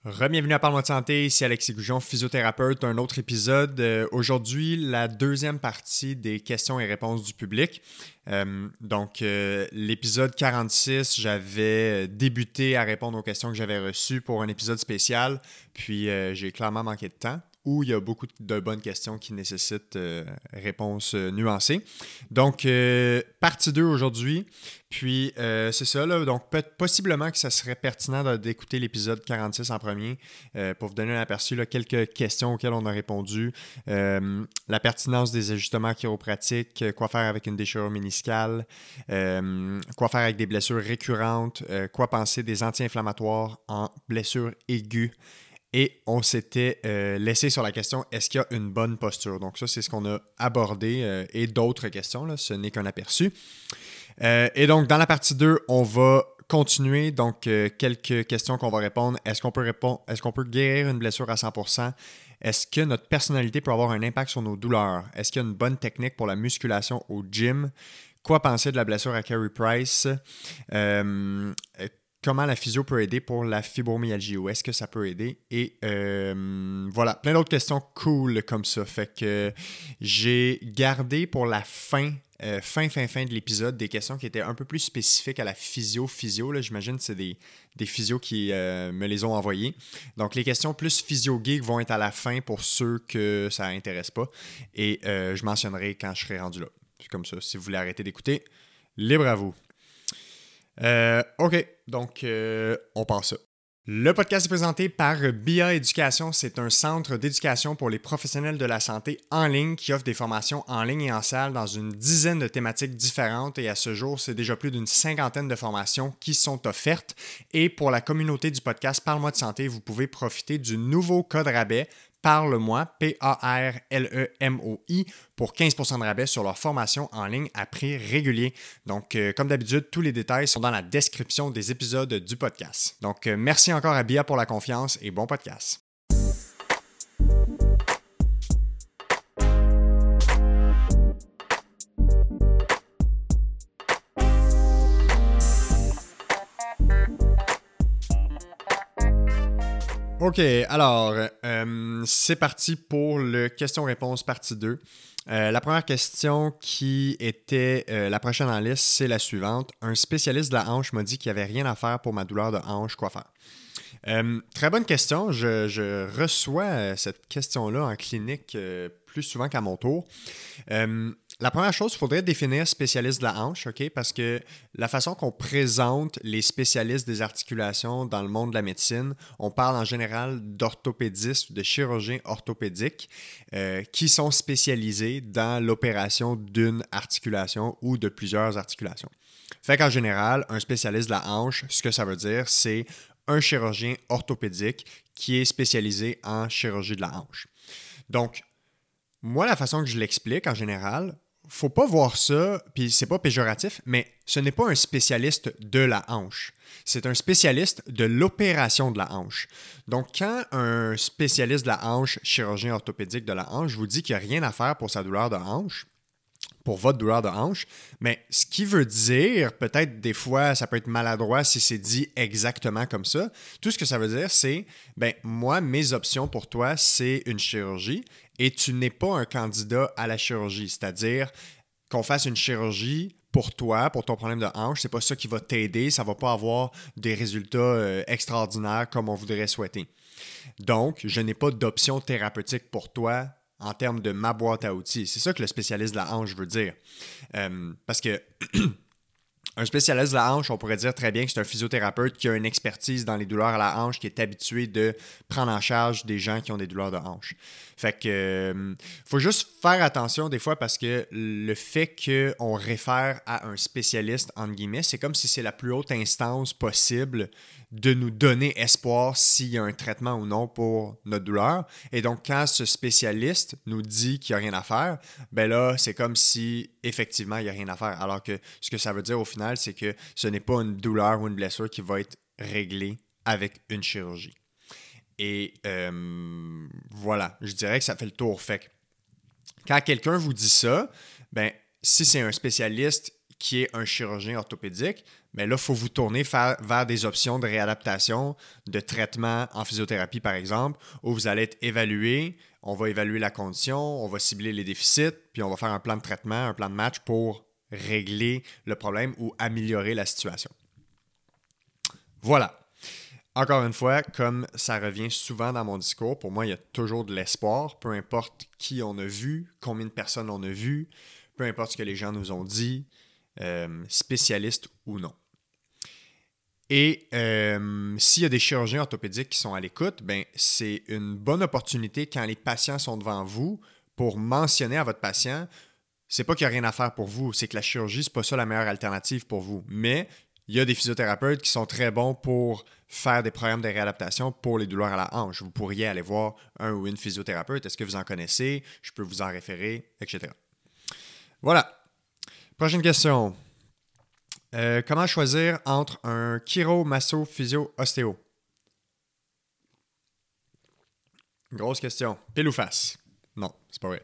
Re-bienvenue à Parle-moi de santé, ici Alexis Goujon, physiothérapeute, un autre épisode. Aujourd'hui, la deuxième partie des questions et réponses du public. L'épisode 46, j'avais débuté à répondre aux questions que j'avais reçues pour un épisode spécial, puis j'ai clairement manqué de temps, où il y a beaucoup de bonnes questions qui nécessitent réponses nuancées. Donc, partie 2 aujourd'hui. Puis, c'est ça, là. Donc, possiblement que ça serait pertinent d'écouter l'épisode 46 en premier pour vous donner un aperçu, là, quelques questions auxquelles on a répondu. La pertinence des ajustements chiropratiques, quoi faire avec une déchirure méniscale, quoi faire avec des blessures récurrentes, quoi penser des anti-inflammatoires en blessures aiguës. Et on s'était laissé sur la question, est-ce qu'il y a une bonne posture? Donc ça, c'est ce qu'on a abordé et d'autres questions, là, ce n'est qu'un aperçu. Et donc, dans la partie 2, on va continuer. Donc, quelques questions qu'on va répondre. Est-ce qu'on peut guérir une blessure à 100%? Est-ce que notre personnalité peut avoir un impact sur nos douleurs? Est-ce qu'il y a une bonne technique pour la musculation au gym? Quoi penser de la blessure à Carey Price? Comment la physio peut aider pour la fibromyalgie ou est-ce que ça peut aider? Et voilà, plein d'autres questions cool comme ça. Fait que j'ai gardé pour la fin de l'épisode des questions qui étaient un peu plus spécifiques à la physio. Là, j'imagine que c'est des physios qui me les ont envoyées. Donc, les questions plus physio-geek vont être à la fin pour ceux que ça n'intéresse pas. Et je mentionnerai quand je serai rendu là. C'est comme ça, si vous voulez arrêter d'écouter, libre à vous. OK, donc on passe ça. Le podcast est présenté par BIA Éducation. C'est un centre d'éducation pour les professionnels de la santé en ligne qui offre des formations en ligne et en salle dans une dizaine de thématiques différentes. Et à ce jour, c'est déjà plus d'une 50aine de formations qui sont offertes. Et pour la communauté du podcast Parle-moi de santé, vous pouvez profiter du nouveau code rabais Parle-moi, P-A-R-L-E-M-O-I, pour 15% de rabais sur leur formation en ligne à prix régulier. Donc, comme d'habitude, tous les détails sont dans la description des épisodes du podcast. Donc, merci encore à BIA pour la confiance et bon podcast. OK, alors, c'est parti pour le question-réponse partie 2. La première question qui était la prochaine en liste, c'est la suivante. Un spécialiste de la hanche m'a dit qu'il n'y avait rien à faire pour ma douleur de hanche. Quoi faire? Très bonne question. Je reçois cette question-là en clinique plus souvent qu'à mon tour. La première chose, il faudrait définir spécialiste de la hanche, OK? Parce que la façon qu'on présente les spécialistes des articulations dans le monde de la médecine, on parle en général d'orthopédistes ou de chirurgiens orthopédiques qui sont spécialisés dans l'opération d'une articulation ou de plusieurs articulations. Fait qu'en général, un spécialiste de la hanche, ce que ça veut dire, c'est un chirurgien orthopédique qui est spécialisé en chirurgie de la hanche. Donc, moi, la façon que je l'explique en général, faut pas voir ça, puis c'est pas péjoratif, mais ce n'est pas un spécialiste de la hanche. C'est un spécialiste de l'opération de la hanche. Donc, quand un spécialiste de la hanche, chirurgien orthopédique de la hanche, vous dit qu'il n'y a rien à faire pour sa douleur de hanche, pour votre douleur de hanche, mais ce qui veut dire, peut-être des fois, ça peut être maladroit si c'est dit exactement comme ça. Tout ce que ça veut dire, c'est, moi, mes options pour toi, c'est une chirurgie et tu n'es pas un candidat à la chirurgie. C'est-à-dire qu'on fasse une chirurgie pour toi, pour ton problème de hanche, c'est pas ça qui va t'aider, ça va pas avoir des résultats extraordinaires comme on voudrait souhaiter. Donc, je n'ai pas d'option thérapeutique pour toi en termes de ma boîte à outils. C'est ça que le spécialiste de la hanche veut dire. Parce que un spécialiste de la hanche, on pourrait dire très bien que c'est un physiothérapeute qui a une expertise dans les douleurs à la hanche, qui est habitué de prendre en charge des gens qui ont des douleurs de hanche. Fait que faut juste faire attention des fois parce que le fait qu'on réfère à un spécialiste, entre guillemets, c'est comme si c'est la plus haute instance possible de nous donner espoir s'il y a un traitement ou non pour notre douleur. Et donc, quand ce spécialiste nous dit qu'il n'y a rien à faire, ben là, c'est comme si, effectivement, il n'y a rien à faire. Alors que ce que ça veut dire au final, c'est que ce n'est pas une douleur ou une blessure qui va être réglée avec une chirurgie. Et voilà, je dirais que ça fait le tour. Fait que quand quelqu'un vous dit ça, ben si c'est un spécialiste qui est un chirurgien orthopédique, mais là, il faut vous tourner vers des options de réadaptation, de traitement en physiothérapie, par exemple, où vous allez être évalué, on va évaluer la condition, on va cibler les déficits, puis on va faire un plan de traitement, un plan de match pour régler le problème ou améliorer la situation. Voilà. Encore une fois, comme ça revient souvent dans mon discours, pour moi, il y a toujours de l'espoir, peu importe qui on a vu, combien de personnes on a vu, peu importe ce que les gens nous ont dit, spécialistes ou non. Et s'il y a des chirurgiens orthopédiques qui sont à l'écoute, ben, c'est une bonne opportunité quand les patients sont devant vous pour mentionner à votre patient, c'est pas qu'il n'y a rien à faire pour vous, c'est que la chirurgie, c'est pas ça la meilleure alternative pour vous. Mais il y a des physiothérapeutes qui sont très bons pour faire des programmes de réadaptation pour les douleurs à la hanche. Vous pourriez aller voir un ou une physiothérapeute. Est-ce que vous en connaissez? Je peux vous en référer, etc. Voilà. Prochaine question. Comment choisir entre un chiro, masso, physio, ostéo? Grosse question. Pile ou face? Non, c'est pas vrai.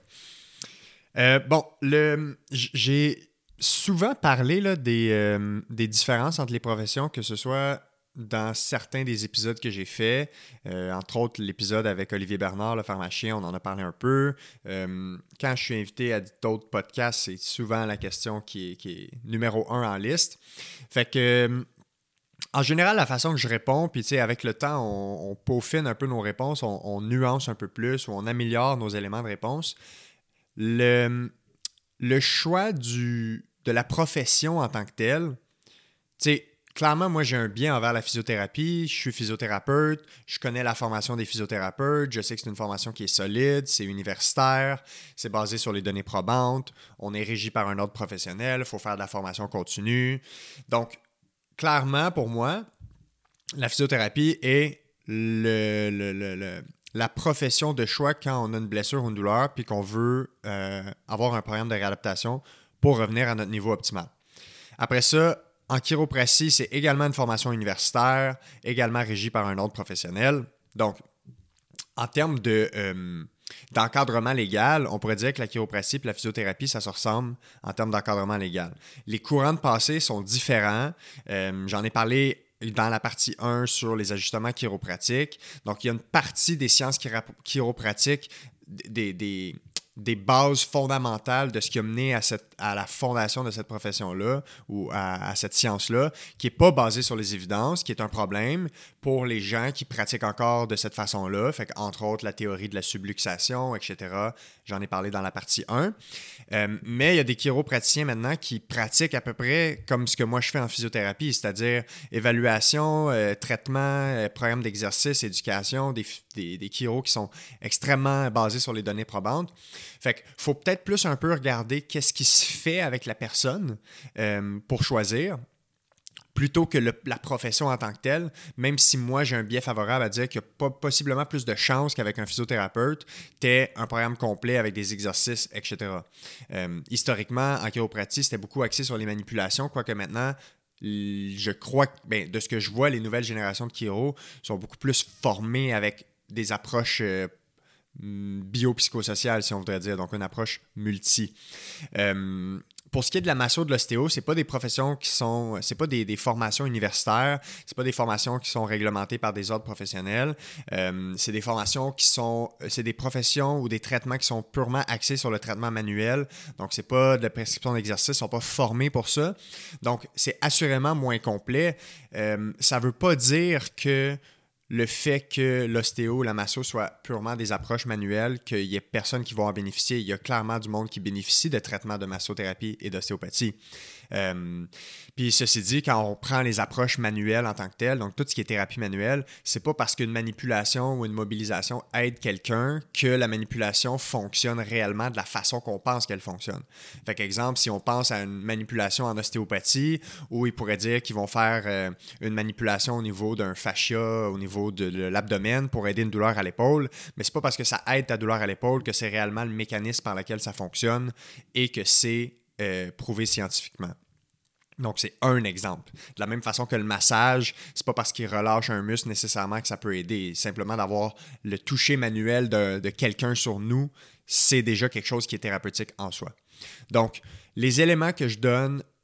J'ai souvent parlé là, des différences entre les professions, que ce soit dans certains des épisodes que j'ai faits, entre autres l'épisode avec Olivier Bernard, le pharmacien, on en a parlé un peu. Quand je suis invité à d'autres podcasts, c'est souvent la question qui est numéro 1 en liste. Fait que, en général, la façon que je réponds, puis tu sais, avec le temps, on peaufine un peu nos réponses, on nuance un peu plus ou on améliore nos éléments de réponse. Le choix de la profession en tant que telle, tu sais, clairement, moi, j'ai un bien envers la physiothérapie. Je suis physiothérapeute. Je connais la formation des physiothérapeutes. Je sais que c'est une formation qui est solide, c'est universitaire, c'est basé sur les données probantes. On est régi par un ordre professionnel. Il faut faire de la formation continue. Donc, clairement, pour moi, la physiothérapie est la profession de choix quand on a une blessure ou une douleur puis qu'on veut avoir un programme de réadaptation pour revenir à notre niveau optimal. Après ça, en chiropratie, c'est également une formation universitaire, également régie par un ordre professionnel. Donc, en termes d'encadrement légal, on pourrait dire que la chiropratie et la physiothérapie, ça se ressemble en termes d'encadrement légal. Les courants de passé sont différents. J'en ai parlé dans la partie 1 sur les ajustements chiropratiques. Donc, il y a une partie des sciences chiropratiques, des bases fondamentales de ce qui a mené à la fondation de cette profession-là ou à cette science-là, qui n'est pas basée sur les évidences, qui est un problème pour les gens qui pratiquent encore de cette façon-là. Fait qu'entre autres, la théorie de la subluxation, etc. J'en ai parlé dans la partie 1. Mais il y a des chiropraticiens maintenant qui pratiquent à peu près comme ce que moi je fais en physiothérapie, c'est-à-dire évaluation, traitement, programme d'exercice, éducation, des chiros qui sont extrêmement basés sur les données probantes. Fait qu'il faut peut-être plus un peu regarder qu'est-ce qui se fait avec la personne pour choisir, plutôt que la profession en tant que telle, même si moi j'ai un biais favorable à dire qu'il y a possiblement plus de chances qu'avec un physiothérapeute, tu aies un programme complet avec des exercices, etc. Historiquement, en chiropratie, c'était beaucoup axé sur les manipulations, quoique maintenant, je crois que, de ce que je vois, les nouvelles générations de chiro sont beaucoup plus formées avec des approches biopsychosociales, si on voudrait dire, donc une approche multi. Pour ce qui est de la masso, de l'ostéo, c'est pas des professions qui sont, c'est pas des formations universitaires, c'est pas des formations qui sont réglementées par des ordres professionnels. C'est des formations c'est des professions ou des traitements qui sont purement axés sur le traitement manuel. Donc c'est pas de la prescription d'exercice, ils sont pas formés pour ça. Donc c'est assurément moins complet. Ça veut pas dire que le fait que l'ostéo, la masso soit purement des approches manuelles, qu'il n'y ait personne qui va en bénéficier. Il y a clairement du monde qui bénéficie de traitements de massothérapie et d'ostéopathie. Puis ceci dit, quand on prend les approches manuelles en tant que telles, donc tout ce qui est thérapie manuelle, c'est pas parce qu'une manipulation ou une mobilisation aide quelqu'un que la manipulation fonctionne réellement de la façon qu'on pense qu'elle fonctionne. Fait qu'exemple, si on pense à une manipulation en ostéopathie, où ils pourraient dire qu'ils vont faire une manipulation au niveau d'un fascia, au niveau de l'abdomen pour aider une douleur à l'épaule, mais c'est pas parce que ça aide ta douleur à l'épaule que c'est réellement le mécanisme par lequel ça fonctionne et que c'est prouvé scientifiquement. Donc, c'est un exemple. De la même façon que le massage, c'est pas parce qu'il relâche un muscle nécessairement que ça peut aider. Simplement d'avoir le toucher manuel de quelqu'un sur nous, c'est déjà quelque chose qui est thérapeutique en soi. Donc, les éléments que je donne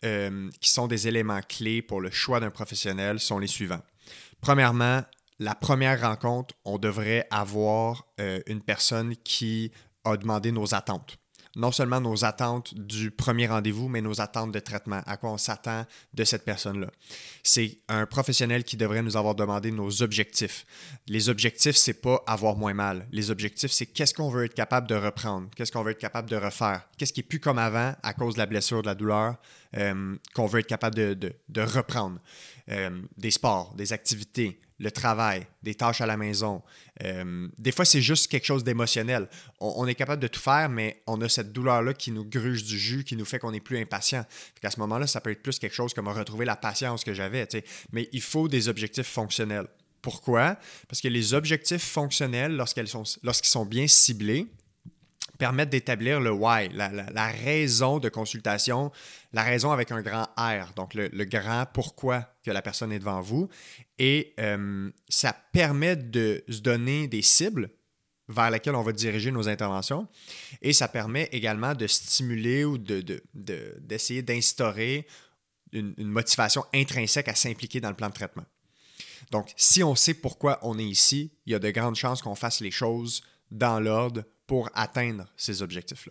qui sont des éléments clés pour le choix d'un professionnel sont les suivants. Premièrement, la première rencontre, on devrait avoir une personne qui a demandé nos attentes. Non seulement nos attentes du premier rendez-vous, mais nos attentes de traitement, à quoi on s'attend de cette personne-là. C'est un professionnel qui devrait nous avoir demandé nos objectifs. Les objectifs, c'est pas avoir moins mal. Les objectifs, c'est qu'est-ce qu'on veut être capable de reprendre, qu'est-ce qu'on veut être capable de refaire, qu'est-ce qui est plus comme avant à cause de la blessure, de la douleur, qu'on veut être capable de reprendre. Des sports, des activités, le travail, des tâches à la maison. Des fois, c'est juste quelque chose d'émotionnel. On est capable de tout faire, mais on a cette douleur-là qui nous gruge du jus, qui nous fait qu'on est plus impatient. À ce moment-là, ça peut être plus quelque chose comme retrouver la patience que j'avais. T'sais. Mais il faut des objectifs fonctionnels. Pourquoi? Parce que les objectifs fonctionnels, lorsqu'ils sont bien ciblés, permettent d'établir le why, la raison de consultation, la raison avec un grand R, donc le grand pourquoi que la personne est devant vous. Et ça permet de se donner des cibles vers lesquelles on va diriger nos interventions. Et ça permet également de stimuler ou d'essayer d'instaurer une motivation intrinsèque à s'impliquer dans le plan de traitement. Donc, si on sait pourquoi on est ici, il y a de grandes chances qu'on fasse les choses dans l'ordre pour atteindre ces objectifs-là.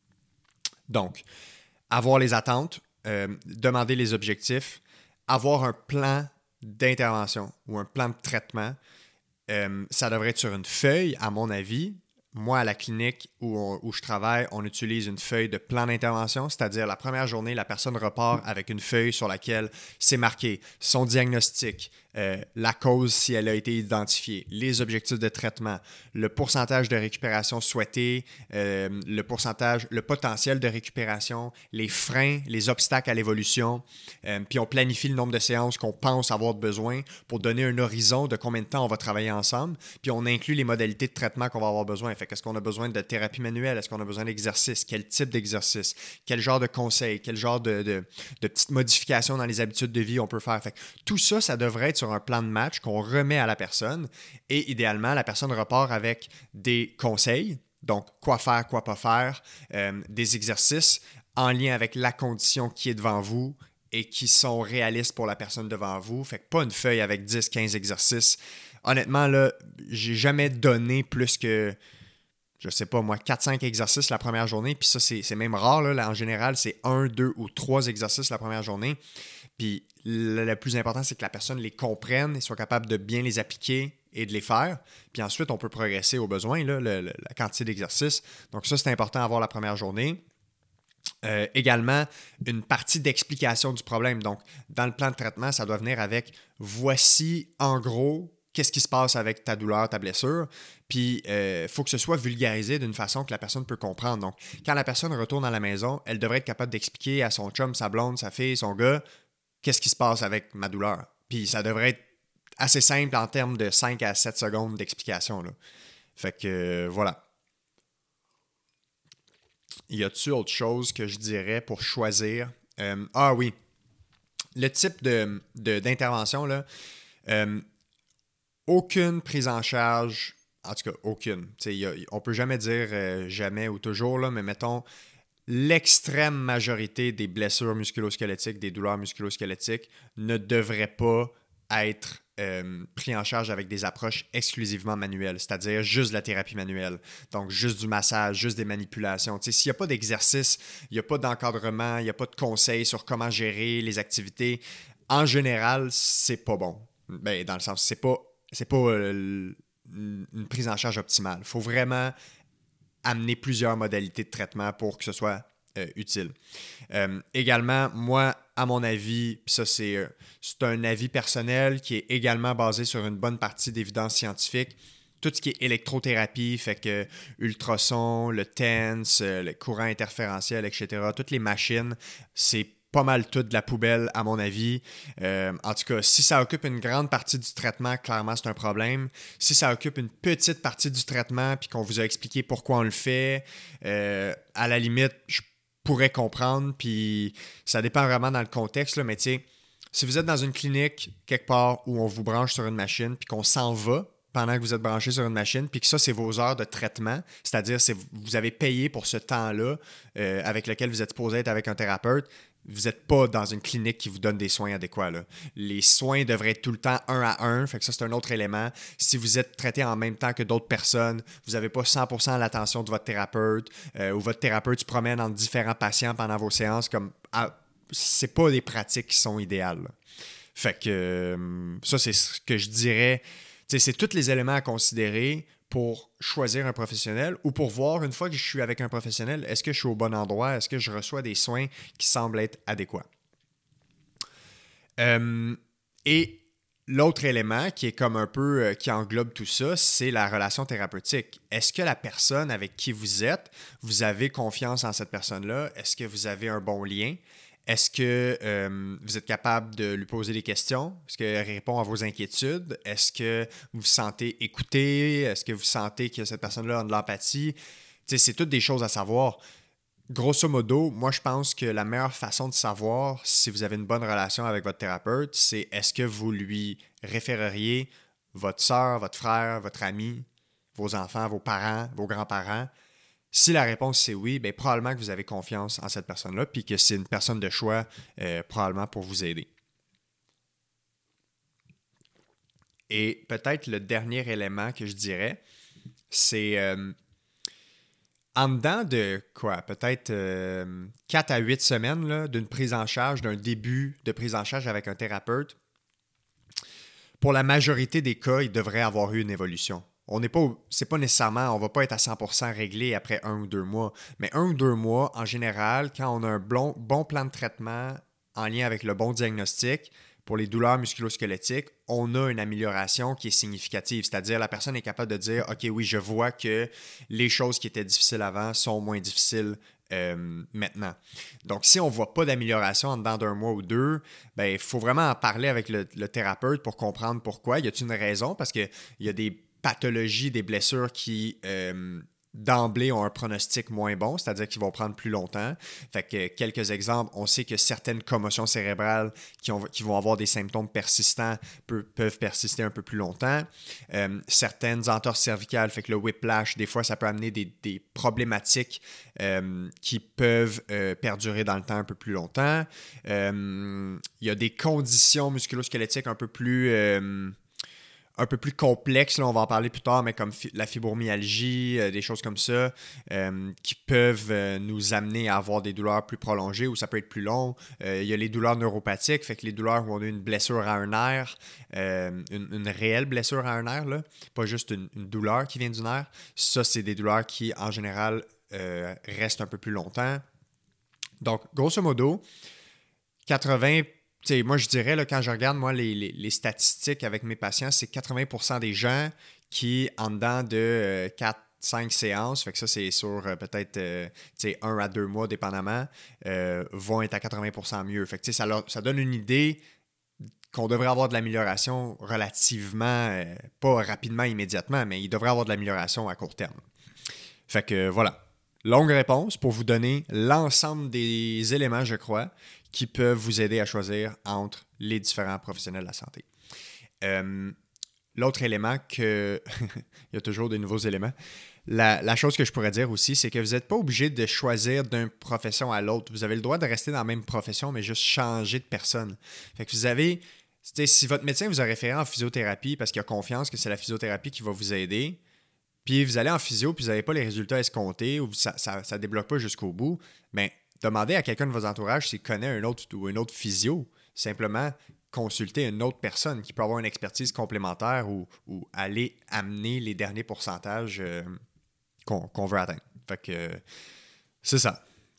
Donc, avoir les attentes, demander les objectifs, avoir un plan d'intervention ou un plan de traitement, ça devrait être sur une feuille, à mon avis. Moi, à la clinique où je travaille, on utilise une feuille de plan d'intervention, c'est-à-dire la première journée, la personne repart avec une feuille sur laquelle c'est marqué son diagnostic, la cause si elle a été identifiée, les objectifs de traitement, le pourcentage de récupération souhaité, le potentiel de récupération, les freins, les obstacles à l'évolution, puis on planifie le nombre de séances qu'on pense avoir besoin pour donner un horizon de combien de temps on va travailler ensemble, puis on inclut les modalités de traitement qu'on va avoir besoin. Fait qu'est-ce qu'on a besoin de thérapie manuelle? Est-ce qu'on a besoin d'exercice? Quel type d'exercice? Quel genre de conseils? Quel genre de petites modifications dans les habitudes de vie on peut faire? Fait que tout ça, ça devrait être sur un plan de match qu'on remet à la personne et idéalement, la personne repart avec des conseils, donc quoi faire, quoi pas faire, des exercices en lien avec la condition qui est devant vous et qui sont réalistes pour la personne devant vous. Fait que pas une feuille avec 10, 15 exercices. Honnêtement, là, j'ai jamais donné plus que, je sais pas moi, 4-5 exercices la première journée. Puis ça, c'est même rare. Là, en général, c'est 1, 2 ou 3 exercices la première journée. Puis le plus important, c'est que la personne les comprenne et soit capable de bien les appliquer et de les faire. Puis ensuite, on peut progresser au besoin, là, la quantité d'exercices. Donc ça, c'est important à avoir la première journée. Également, une partie d'explication du problème. Donc, dans le plan de traitement, ça doit venir avec « voici en gros qu'est-ce qui se passe avec ta douleur, ta blessure ». Puis, il faut que ce soit vulgarisé d'une façon que la personne peut comprendre. Donc, quand la personne retourne à la maison, elle devrait être capable d'expliquer à son chum, sa blonde, sa fille, son gars, qu'est-ce qui se passe avec ma douleur. Puis, ça devrait être assez simple en termes de 5 à 7 secondes d'explication, là. Fait que, voilà. Y a-t-il autre chose que je dirais pour choisir? Oui, le type d'intervention, là, aucune prise en charge, en tout cas, aucune. On peut jamais dire jamais ou toujours, là, mais mettons, l'extrême majorité des blessures musculo-squelettiques, des douleurs musculo-squelettiques ne devraient pas être pris en charge avec des approches exclusivement manuelles, c'est-à-dire juste de la thérapie manuelle, donc juste du massage, juste des manipulations. S'il n'y a pas d'exercice, il n'y a pas d'encadrement, il n'y a pas de conseils sur comment gérer les activités, en général, c'est pas bon. Ben, dans le sens, c'est pas une prise en charge optimale. Il faut vraiment amener plusieurs modalités de traitement pour que ce soit utile. Également, moi, à mon avis, puis ça c'est un avis personnel qui est également basé sur une bonne partie d'évidence scientifique, tout ce qui est électrothérapie, fait que ultrasons, le TENS, le courant interférentiel, etc., toutes les machines, c'est pas mal tout de la poubelle, à mon avis. En tout cas, si ça occupe une grande partie du traitement, clairement, c'est un problème. Si ça occupe une petite partie du traitement puis qu'on vous a expliqué pourquoi on le fait, à la limite, je pourrais comprendre, puis ça dépend vraiment dans le contexte, là, mais tu sais, si vous êtes dans une clinique, quelque part, où on vous branche sur une machine puis qu'on s'en va pendant que vous êtes branché sur une machine, puis que ça, c'est vos heures de traitement, c'est-à-dire que vous avez payé pour ce temps-là avec lequel vous êtes supposé être avec un thérapeute, vous n'êtes pas dans une clinique qui vous donne des soins adéquats, là. Les soins devraient être tout le temps 1 à 1, fait que ça, c'est un autre élément. Si vous êtes traité en même temps que d'autres personnes, vous n'avez pas 100% l'attention de votre thérapeute, ou votre thérapeute se promène entre différents patients pendant vos séances, c'est pas des pratiques qui sont idéales, là. Fait que ça, c'est ce que je dirais. T'sais, c'est tous les éléments à considérer pour choisir un professionnel ou pour voir, une fois que je suis avec un professionnel, est-ce que je suis au bon endroit? Est-ce que je reçois des soins qui semblent être adéquats? Et l'autre élément qui est comme un peu, qui englobe tout ça, c'est la relation thérapeutique. Est-ce que la personne avec qui vous êtes, vous avez confiance en cette personne-là? Est-ce que vous avez un bon lien? Est-ce que vous êtes capable de lui poser des questions? Est-ce qu'elle répond à vos inquiétudes? Est-ce que vous vous sentez écouté? Est-ce que vous sentez que cette personne-là a de l'empathie? T'sais, c'est toutes des choses à savoir. Grosso modo, moi, je pense que la meilleure façon de savoir si vous avez une bonne relation avec votre thérapeute, c'est est-ce que vous lui référeriez votre soeur, votre frère, votre ami, vos enfants, vos parents, vos grands-parents? Si la réponse c'est oui, bien, probablement que vous avez confiance en cette personne-là, puis que c'est une personne de choix, probablement pour vous aider. Et peut-être le dernier élément que je dirais, c'est en dedans de quoi? Peut-être 4 à 8 semaines là, d'une prise en charge, d'un début de prise en charge avec un thérapeute. Pour la majorité des cas, il devrait avoir eu une évolution. C'est pas nécessairement, on va pas être à 100% réglé après 1 ou 2 mois, mais 1 ou 2 mois, en général, quand on a un bon plan de traitement en lien avec le bon diagnostic, pour les douleurs musculo-squelettiques, on a une amélioration qui est significative. C'est-à-dire, la personne est capable de dire « Ok, oui, je vois que les choses qui étaient difficiles avant sont moins difficiles maintenant. » Donc, si on ne voit pas d'amélioration en dedans d'1 mois ou 2, ben, il faut vraiment en parler avec le thérapeute pour comprendre pourquoi. Y a-t-il une raison? Parce qu'il y a des pathologies, des blessures qui d'emblée ont un pronostic moins bon, c'est-à-dire qu'ils vont prendre plus longtemps. Fait que quelques exemples, on sait que certaines commotions cérébrales qui vont avoir des symptômes persistants peuvent persister un peu plus longtemps. Certaines entorses cervicales, fait que le whiplash, des fois, ça peut amener des problématiques qui peuvent perdurer dans le temps un peu plus longtemps. Il y a des conditions musculo-squelettiques un peu plus complexe, là, on va en parler plus tard, mais comme la fibromyalgie, des choses comme ça, qui peuvent nous amener à avoir des douleurs plus prolongées ou ça peut être plus long. Il y a les douleurs neuropathiques, fait que les douleurs où on a une blessure à un nerf, une réelle blessure à un nerf, là, pas juste une douleur qui vient du nerf. Ça, c'est des douleurs qui, en général, restent un peu plus longtemps. Donc, grosso modo, 80. T'sais, moi, je dirais, là, quand je regarde moi, les statistiques avec mes patients, c'est 80% des gens qui, en dedans de 4-5 séances, fait que ça, c'est sur peut-être 1 à 2 mois, dépendamment, vont être à 80% mieux. Fait que ça donne une idée qu'on devrait avoir de l'amélioration relativement, pas rapidement, immédiatement, mais il devrait avoir de l'amélioration à court terme. Fait que voilà. Longue réponse pour vous donner l'ensemble des éléments, je crois, qui peuvent vous aider à choisir entre les différents professionnels de la santé. L'autre élément il y a toujours des nouveaux éléments. La chose que je pourrais dire aussi, c'est que vous n'êtes pas obligé de choisir d'une profession à l'autre. Vous avez le droit de rester dans la même profession, mais juste changer de personne. Fait que vous avez, si votre médecin vous a référé en physiothérapie parce qu'il a confiance que c'est la physiothérapie qui va vous aider, puis vous allez en physio puis vous n'avez pas les résultats escomptés ou ça ne débloque pas jusqu'au bout, bien, demandez à quelqu'un de votre entourage s'il connaît un autre physio. Simplement, consulter une autre personne qui peut avoir une expertise complémentaire ou aller amener les derniers pourcentages qu'on veut atteindre. Fait que c'est ça.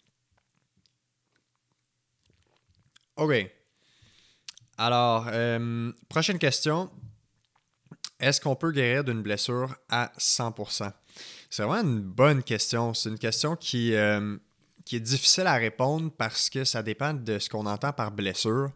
OK. Alors, prochaine question. Est-ce qu'on peut guérir d'une blessure à 100%? C'est vraiment une bonne question. C'est une question qui est difficile à répondre parce que ça dépend de ce qu'on entend par blessure.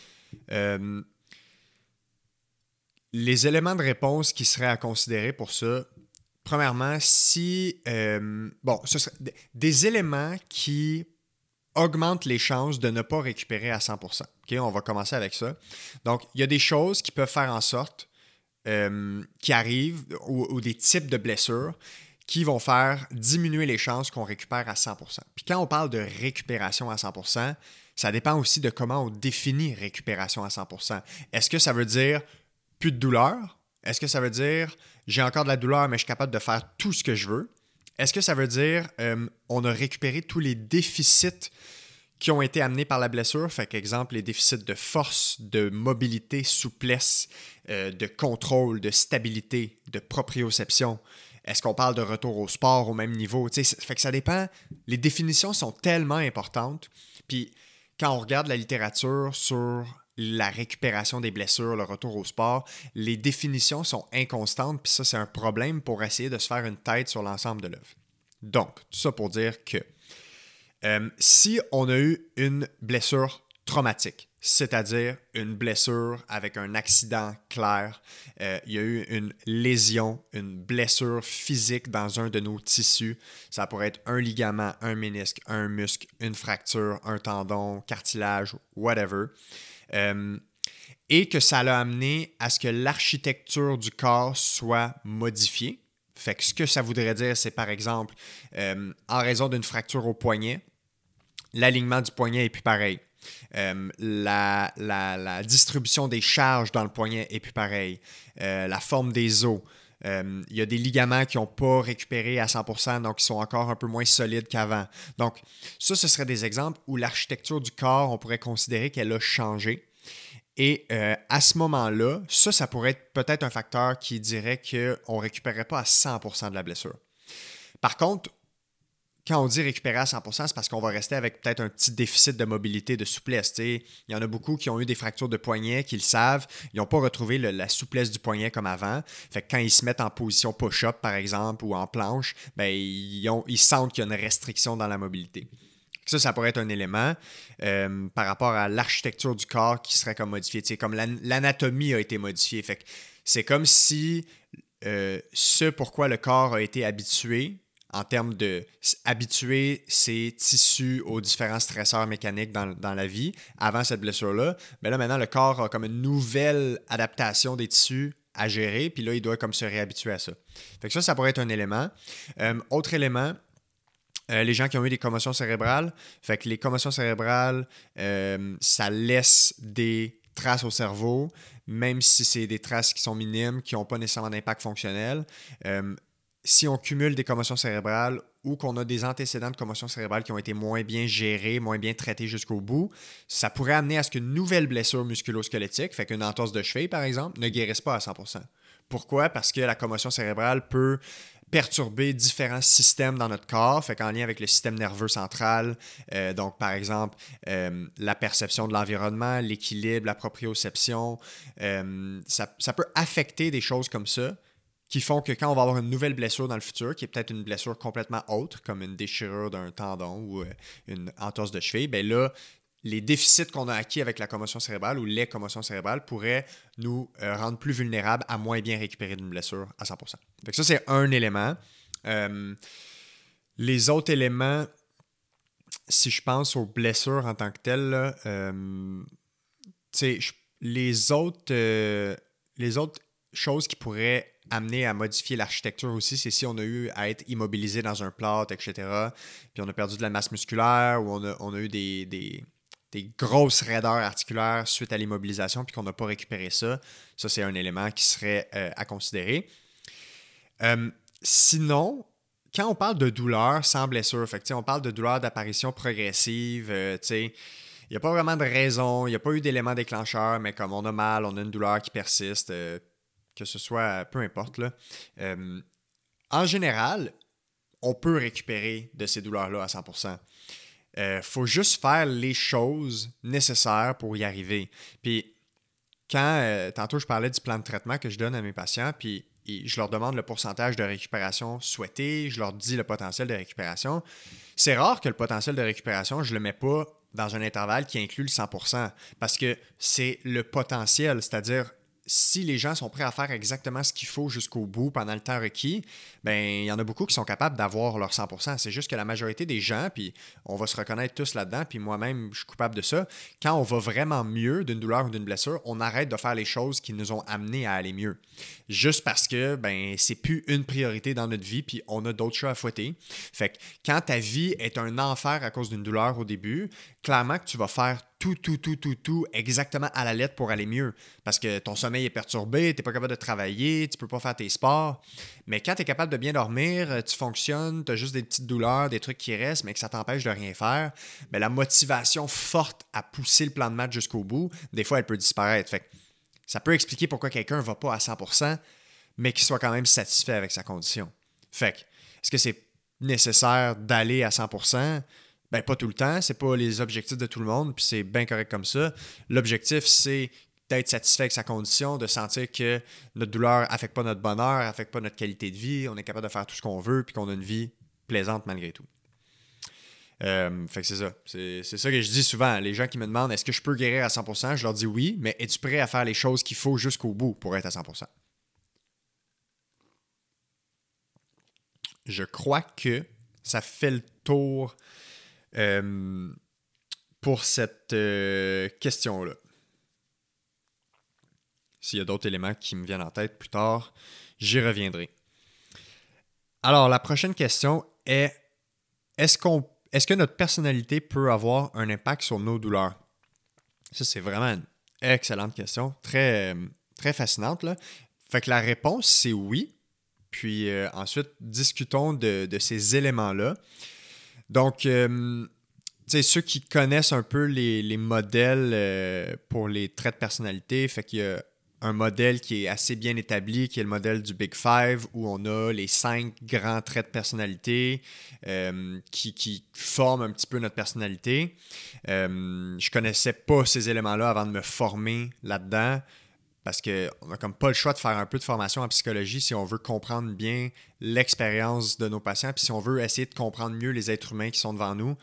Les éléments de réponse qui seraient à considérer pour ça, premièrement, ce serait des éléments qui augmentent les chances de ne pas récupérer à 100%. Okay, on va commencer avec ça. Donc, il y a des choses qui peuvent faire en sorte qui arrivent ou des types de blessures qui vont faire diminuer les chances qu'on récupère à 100%. Puis quand on parle de récupération à 100%, ça dépend aussi de comment on définit récupération à 100%. Est-ce que ça veut dire plus de douleur? Est-ce que ça veut dire j'ai encore de la douleur, mais je suis capable de faire tout ce que je veux? Est-ce que ça veut dire on a récupéré tous les déficits qui ont été amenés par la blessure? Fait qu'exemple, les déficits de force, de mobilité, souplesse, de contrôle, de stabilité, de proprioception. Est-ce qu'on parle de retour au sport au même niveau? Fait que ça dépend. Les définitions sont tellement importantes. Puis quand on regarde la littérature sur la récupération des blessures, le retour au sport, les définitions sont inconstantes, puis ça, c'est un problème pour essayer de se faire une tête sur l'ensemble de l'œuvre. Donc, tout ça pour dire que si on a eu une blessure traumatique, c'est-à-dire une blessure avec un accident clair, il y a eu une lésion, une blessure physique dans un de nos tissus, ça pourrait être un ligament, un ménisque, un muscle, une fracture, un tendon, cartilage, whatever, et que ça l'a amené à ce que l'architecture du corps soit modifiée. Fait que ce que ça voudrait dire, c'est par exemple, en raison d'une fracture au poignet, l'alignement du poignet est plus pareil. La distribution des charges dans le poignet est plus pareil. La forme des os. Il y a des ligaments qui n'ont pas récupéré à 100%, donc ils sont encore un peu moins solides qu'avant. Donc, ça, ce serait des exemples où l'architecture du corps, on pourrait considérer qu'elle a changé. Et à ce moment-là, ça pourrait être peut-être un facteur qui dirait qu'on ne récupérait pas à 100% de la blessure. Par contre, quand on dit récupérer à 100%, c'est parce qu'on va rester avec peut-être un petit déficit de mobilité, de souplesse. Il y en a beaucoup qui ont eu des fractures de poignet, qui le savent. Ils n'ont pas retrouvé la souplesse du poignet comme avant. Fait que quand ils se mettent en position push-up, par exemple, ou en planche, ben, ils sentent qu'il y a une restriction dans la mobilité. Ça pourrait être un élément par rapport à l'architecture du corps qui serait comme modifiée. Comme l'anatomie a été modifiée. Fait que c'est comme si ce pourquoi le corps a été habitué, en termes de habituer ses tissus aux différents stresseurs mécaniques dans la vie, avant cette blessure-là, ben là, maintenant, le corps a comme une nouvelle adaptation des tissus à gérer, puis là, il doit comme se réhabituer à ça. Fait que ça pourrait être un élément. Autre élément, les gens qui ont eu des commotions cérébrales, fait que les commotions cérébrales, ça laisse des traces au cerveau, même si c'est des traces qui sont minimes, qui n'ont pas nécessairement d'impact fonctionnel. Si on cumule des commotions cérébrales ou qu'on a des antécédents de commotions cérébrales qui ont été moins bien gérés, moins bien traités jusqu'au bout, ça pourrait amener à ce qu'une nouvelle blessure musculo-squelettique, fait qu'une entorse de cheville par exemple, ne guérisse pas à 100%. Pourquoi? Parce que la commotion cérébrale peut perturber différents systèmes dans notre corps, fait qu'en lien avec le système nerveux central, donc par exemple la perception de l'environnement, l'équilibre, la proprioception, ça peut affecter des choses comme ça qui font que quand on va avoir une nouvelle blessure dans le futur, qui est peut-être une blessure complètement autre, comme une déchirure d'un tendon ou une entorse de cheville, bien là, les déficits qu'on a acquis avec la commotion cérébrale ou les commotions cérébrales pourraient nous rendre plus vulnérables à moins bien récupérer d'une blessure à 100%. Fait que ça, c'est un élément. Les autres éléments, si je pense aux blessures en tant que telles, là, les autres choses qui pourraient amener à modifier l'architecture aussi, c'est si on a eu à être immobilisé dans un plâtre, etc., puis on a perdu de la masse musculaire ou on a eu des grosses raideurs articulaires suite à l'immobilisation puis qu'on n'a pas récupéré ça. Ça, c'est un élément qui serait à considérer. Sinon, quand on parle de douleur sans blessure, fait que, on parle de douleur d'apparition progressive, il n'y a pas vraiment de raison, il n'y a pas eu d'élément déclencheur, mais comme on a mal, on a une douleur qui persiste, que ce soit, peu importe, là. En général, on peut récupérer de ces douleurs-là à 100%. Faut juste faire les choses nécessaires pour y arriver. Puis, quand, tantôt, je parlais du plan de traitement que je donne à mes patients, puis je leur demande le pourcentage de récupération souhaité, je leur dis le potentiel de récupération. C'est rare que le potentiel de récupération, je ne le mets pas dans un intervalle qui inclut le 100%, parce que c'est le potentiel, c'est-à-dire si les gens sont prêts à faire exactement ce qu'il faut jusqu'au bout pendant le temps requis, ben il y en a beaucoup qui sont capables d'avoir leur 100%. C'est juste que la majorité des gens, puis on va se reconnaître tous là-dedans, puis moi-même, je suis coupable de ça, quand on va vraiment mieux d'une douleur ou d'une blessure, on arrête de faire les choses qui nous ont amenés à aller mieux. Juste parce que ben c'est plus une priorité dans notre vie, puis on a d'autres chats à fouetter. Fait que quand ta vie est un enfer à cause d'une douleur au début, clairement que tu vas faire tout exactement à la lettre pour aller mieux. Parce que ton sommeil est perturbé, tu n'es pas capable de travailler, tu peux pas faire tes sports. Mais quand tu es capable de bien dormir, tu fonctionnes, tu as juste des petites douleurs, des trucs qui restent, mais que ça t'empêche de rien faire, ben la motivation forte à pousser le plan de match jusqu'au bout, des fois, elle peut disparaître. Fait que ça peut expliquer pourquoi quelqu'un ne va pas à 100%, mais qu'il soit quand même satisfait avec sa condition. Fait que, est-ce que c'est nécessaire d'aller à 100%? Ben, pas tout le temps, c'est pas les objectifs de tout le monde, puis c'est bien correct comme ça. L'objectif, c'est d'être satisfait avec sa condition, de sentir que notre douleur affecte pas notre bonheur, affecte pas notre qualité de vie, on est capable de faire tout ce qu'on veut, puis qu'on a une vie plaisante malgré tout. Fait que c'est ça. C'est ça que je dis souvent. Les gens qui me demandent est-ce que je peux guérir à 100%, je leur dis oui, mais es-tu prêt à faire les choses qu'il faut jusqu'au bout pour être à 100%? Je crois que ça fait le tour pour cette question-là. S'il y a d'autres éléments qui me viennent en tête plus tard, j'y reviendrai. Alors, la prochaine question est est-ce que notre personnalité peut avoir un impact sur nos douleurs? Ça, c'est vraiment une excellente question. Très, très fascinante, là. Fait que la réponse, c'est oui. Puis ensuite, discutons de ces éléments-là. Donc, ceux qui connaissent un peu les modèles pour les traits de personnalité, fait qu'il y a un modèle qui est assez bien établi, qui est le modèle du Big Five, où on a les 5 grands traits de personnalité qui forment un petit peu notre personnalité. Je connaissais pas ces éléments-là avant de me former là-dedans. Parce qu'on n'a comme pas le choix de faire un peu de formation en psychologie si on veut comprendre bien l'expérience de nos patients, puis si on veut essayer de comprendre mieux les êtres humains qui sont devant nous.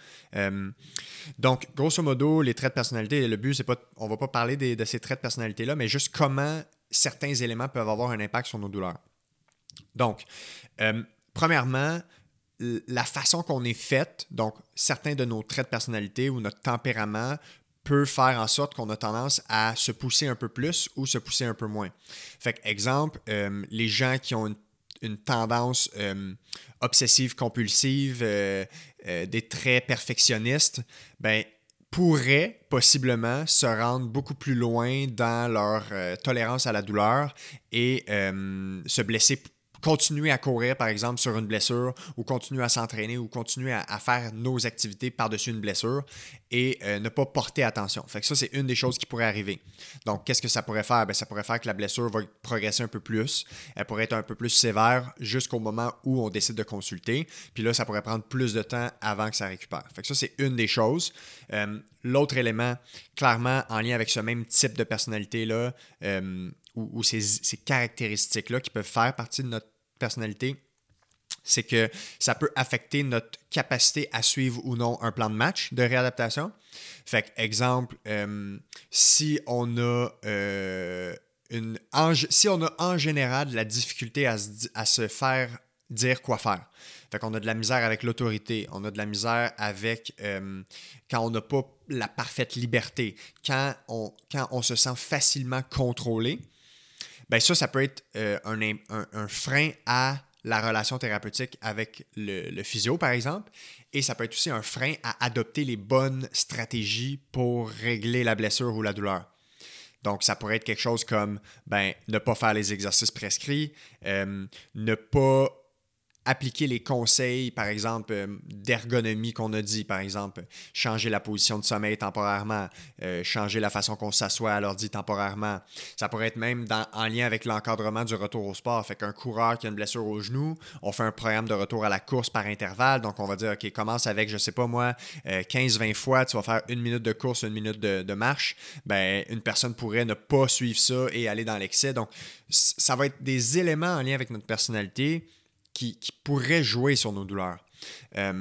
Donc, grosso modo, les traits de personnalité, le but, c'est pas, on va pas parler de ces traits de personnalité-là, mais juste comment certains éléments peuvent avoir un impact sur nos douleurs. Donc, premièrement, la façon qu'on est fait, donc certains de nos traits de personnalité ou notre tempérament peut faire en sorte qu'on a tendance à se pousser un peu plus ou se pousser un peu moins. Fait que, exemple, les gens qui ont une tendance obsessive-compulsive, des traits perfectionnistes, ben, pourraient possiblement se rendre beaucoup plus loin dans leur tolérance à la douleur et se blesser, continuer à courir, par exemple, sur une blessure ou continuer à s'entraîner ou continuer à faire nos activités par-dessus une blessure et ne pas porter attention. Fait que ça, c'est une des choses qui pourrait arriver. Donc, qu'est-ce que ça pourrait faire? Ben, ça pourrait faire que la blessure va progresser un peu plus. Elle pourrait être un peu plus sévère jusqu'au moment où on décide de consulter. Puis là, ça pourrait prendre plus de temps avant que ça récupère. Fait que ça, c'est une des choses. L'autre élément, clairement, en lien avec ce même type de personnalité-là, ou ces caractéristiques-là qui peuvent faire partie de notre personnalité, c'est que ça peut affecter notre capacité à suivre ou non un plan de match de réadaptation. Fait que, exemple, si on a en général de la difficulté à se faire dire quoi faire. Fait qu'on a de la misère avec l'autorité, on a de la misère avec quand on n'a pas la parfaite liberté, quand on se sent facilement contrôlé, ben ça peut être un frein à la relation thérapeutique avec le physio, par exemple, et ça peut être aussi un frein à adopter les bonnes stratégies pour régler la blessure ou la douleur. Donc, ça pourrait être quelque chose comme ne pas faire les exercices prescrits, ne pas appliquer les conseils, par exemple, d'ergonomie qu'on a dit, par exemple, changer la position de sommeil temporairement, changer la façon qu'on s'assoit à l'ordi temporairement. Ça pourrait être même en lien avec l'encadrement du retour au sport. Fait qu'un coureur qui a une blessure au genou, on fait un programme de retour à la course par intervalle. Donc, on va dire, OK, commence avec, je sais pas moi, 15-20 fois, tu vas faire 1 minute de course, 1 minute de marche. Ben, une personne pourrait ne pas suivre ça et aller dans l'excès. Donc, ça va être des éléments en lien avec notre personnalité qui pourraient jouer sur nos douleurs.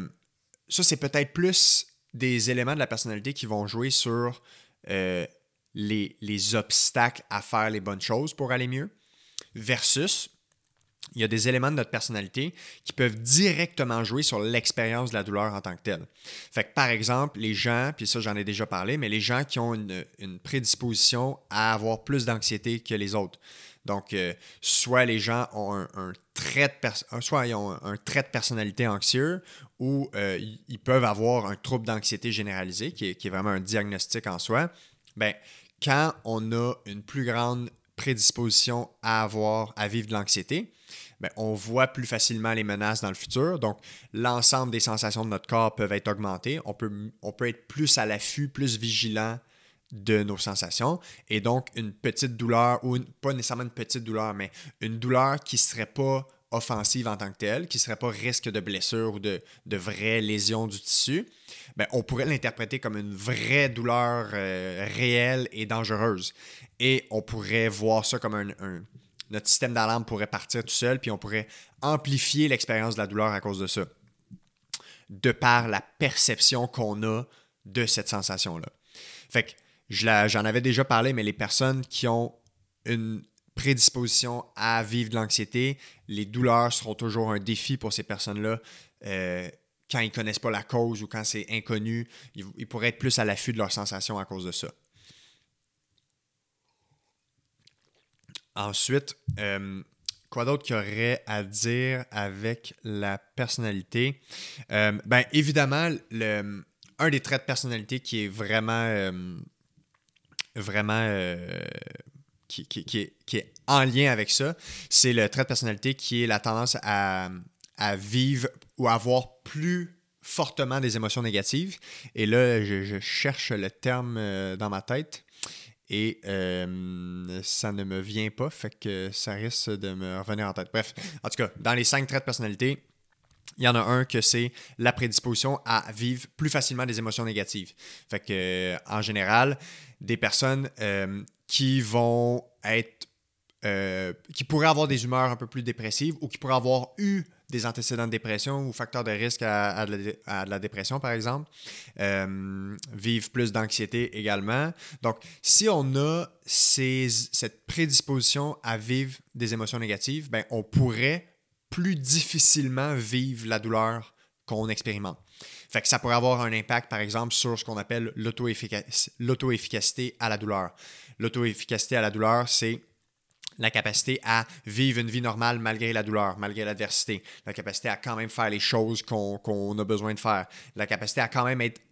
Ça, c'est peut-être plus des éléments de la personnalité qui vont jouer sur les obstacles à faire les bonnes choses pour aller mieux, versus il y a des éléments de notre personnalité qui peuvent directement jouer sur l'expérience de la douleur en tant que telle. Fait que par exemple, les gens, puis ça j'en ai déjà parlé, mais les gens qui ont une prédisposition à avoir plus d'anxiété que les autres. Donc, soit les gens ont un trait soit ils ont un trait de personnalité anxieux ou ils peuvent avoir un trouble d'anxiété généralisé, qui est vraiment un diagnostic en soi. Ben, quand on a une plus grande prédisposition à vivre de l'anxiété, ben, on voit plus facilement les menaces dans le futur. Donc, l'ensemble des sensations de notre corps peuvent être augmentées. On peut être plus à l'affût, plus vigilant de nos sensations. Et donc, une petite douleur, ou pas nécessairement une petite douleur, mais une douleur qui ne serait pas offensive en tant que telle, qui ne serait pas risque de blessure ou de vraies lésions du tissu, ben, on pourrait l'interpréter comme une vraie douleur réelle et dangereuse. Et on pourrait voir ça comme notre système d'alarme pourrait partir tout seul, puis on pourrait amplifier l'expérience de la douleur à cause de ça, de par la perception qu'on a de cette sensation-là. Fait que j'en avais déjà parlé, mais les personnes qui ont une prédisposition à vivre de l'anxiété, les douleurs seront toujours un défi pour ces personnes-là. Quand ils ne connaissent pas la cause ou quand c'est inconnu, ils pourraient être plus à l'affût de leurs sensations à cause de ça. Ensuite, quoi d'autre qu'il y aurait à dire avec la personnalité? Ben, évidemment, un des traits de personnalité qui est vraiment qui est en lien avec ça, c'est le trait de personnalité qui est la tendance à vivre ou à avoir plus fortement des émotions négatives. Et là, je cherche le terme dans ma tête. Et ça ne me vient pas, fait que ça risque de me revenir en tête. Bref, en tout cas, dans les 5 traits de personnalité, il y en a un que c'est la prédisposition à vivre plus facilement des émotions négatives. Fait que, en général, des personnes qui vont être qui pourraient avoir des humeurs un peu plus dépressives ou qui pourraient avoir eu des antécédents de dépression ou facteurs de risque à de la dépression, par exemple, vivent plus d'anxiété également. Donc, si on a cette prédisposition à vivre des émotions négatives, ben, on pourrait plus difficilement vivre la douleur qu'on expérimente. Fait que ça pourrait avoir un impact, par exemple, sur ce qu'on appelle l'auto-efficacité à la douleur. L'auto-efficacité à la douleur, c'est la capacité à vivre une vie normale malgré la douleur, malgré l'adversité. La capacité à quand même faire les choses qu'on a besoin de faire. La capacité à quand même être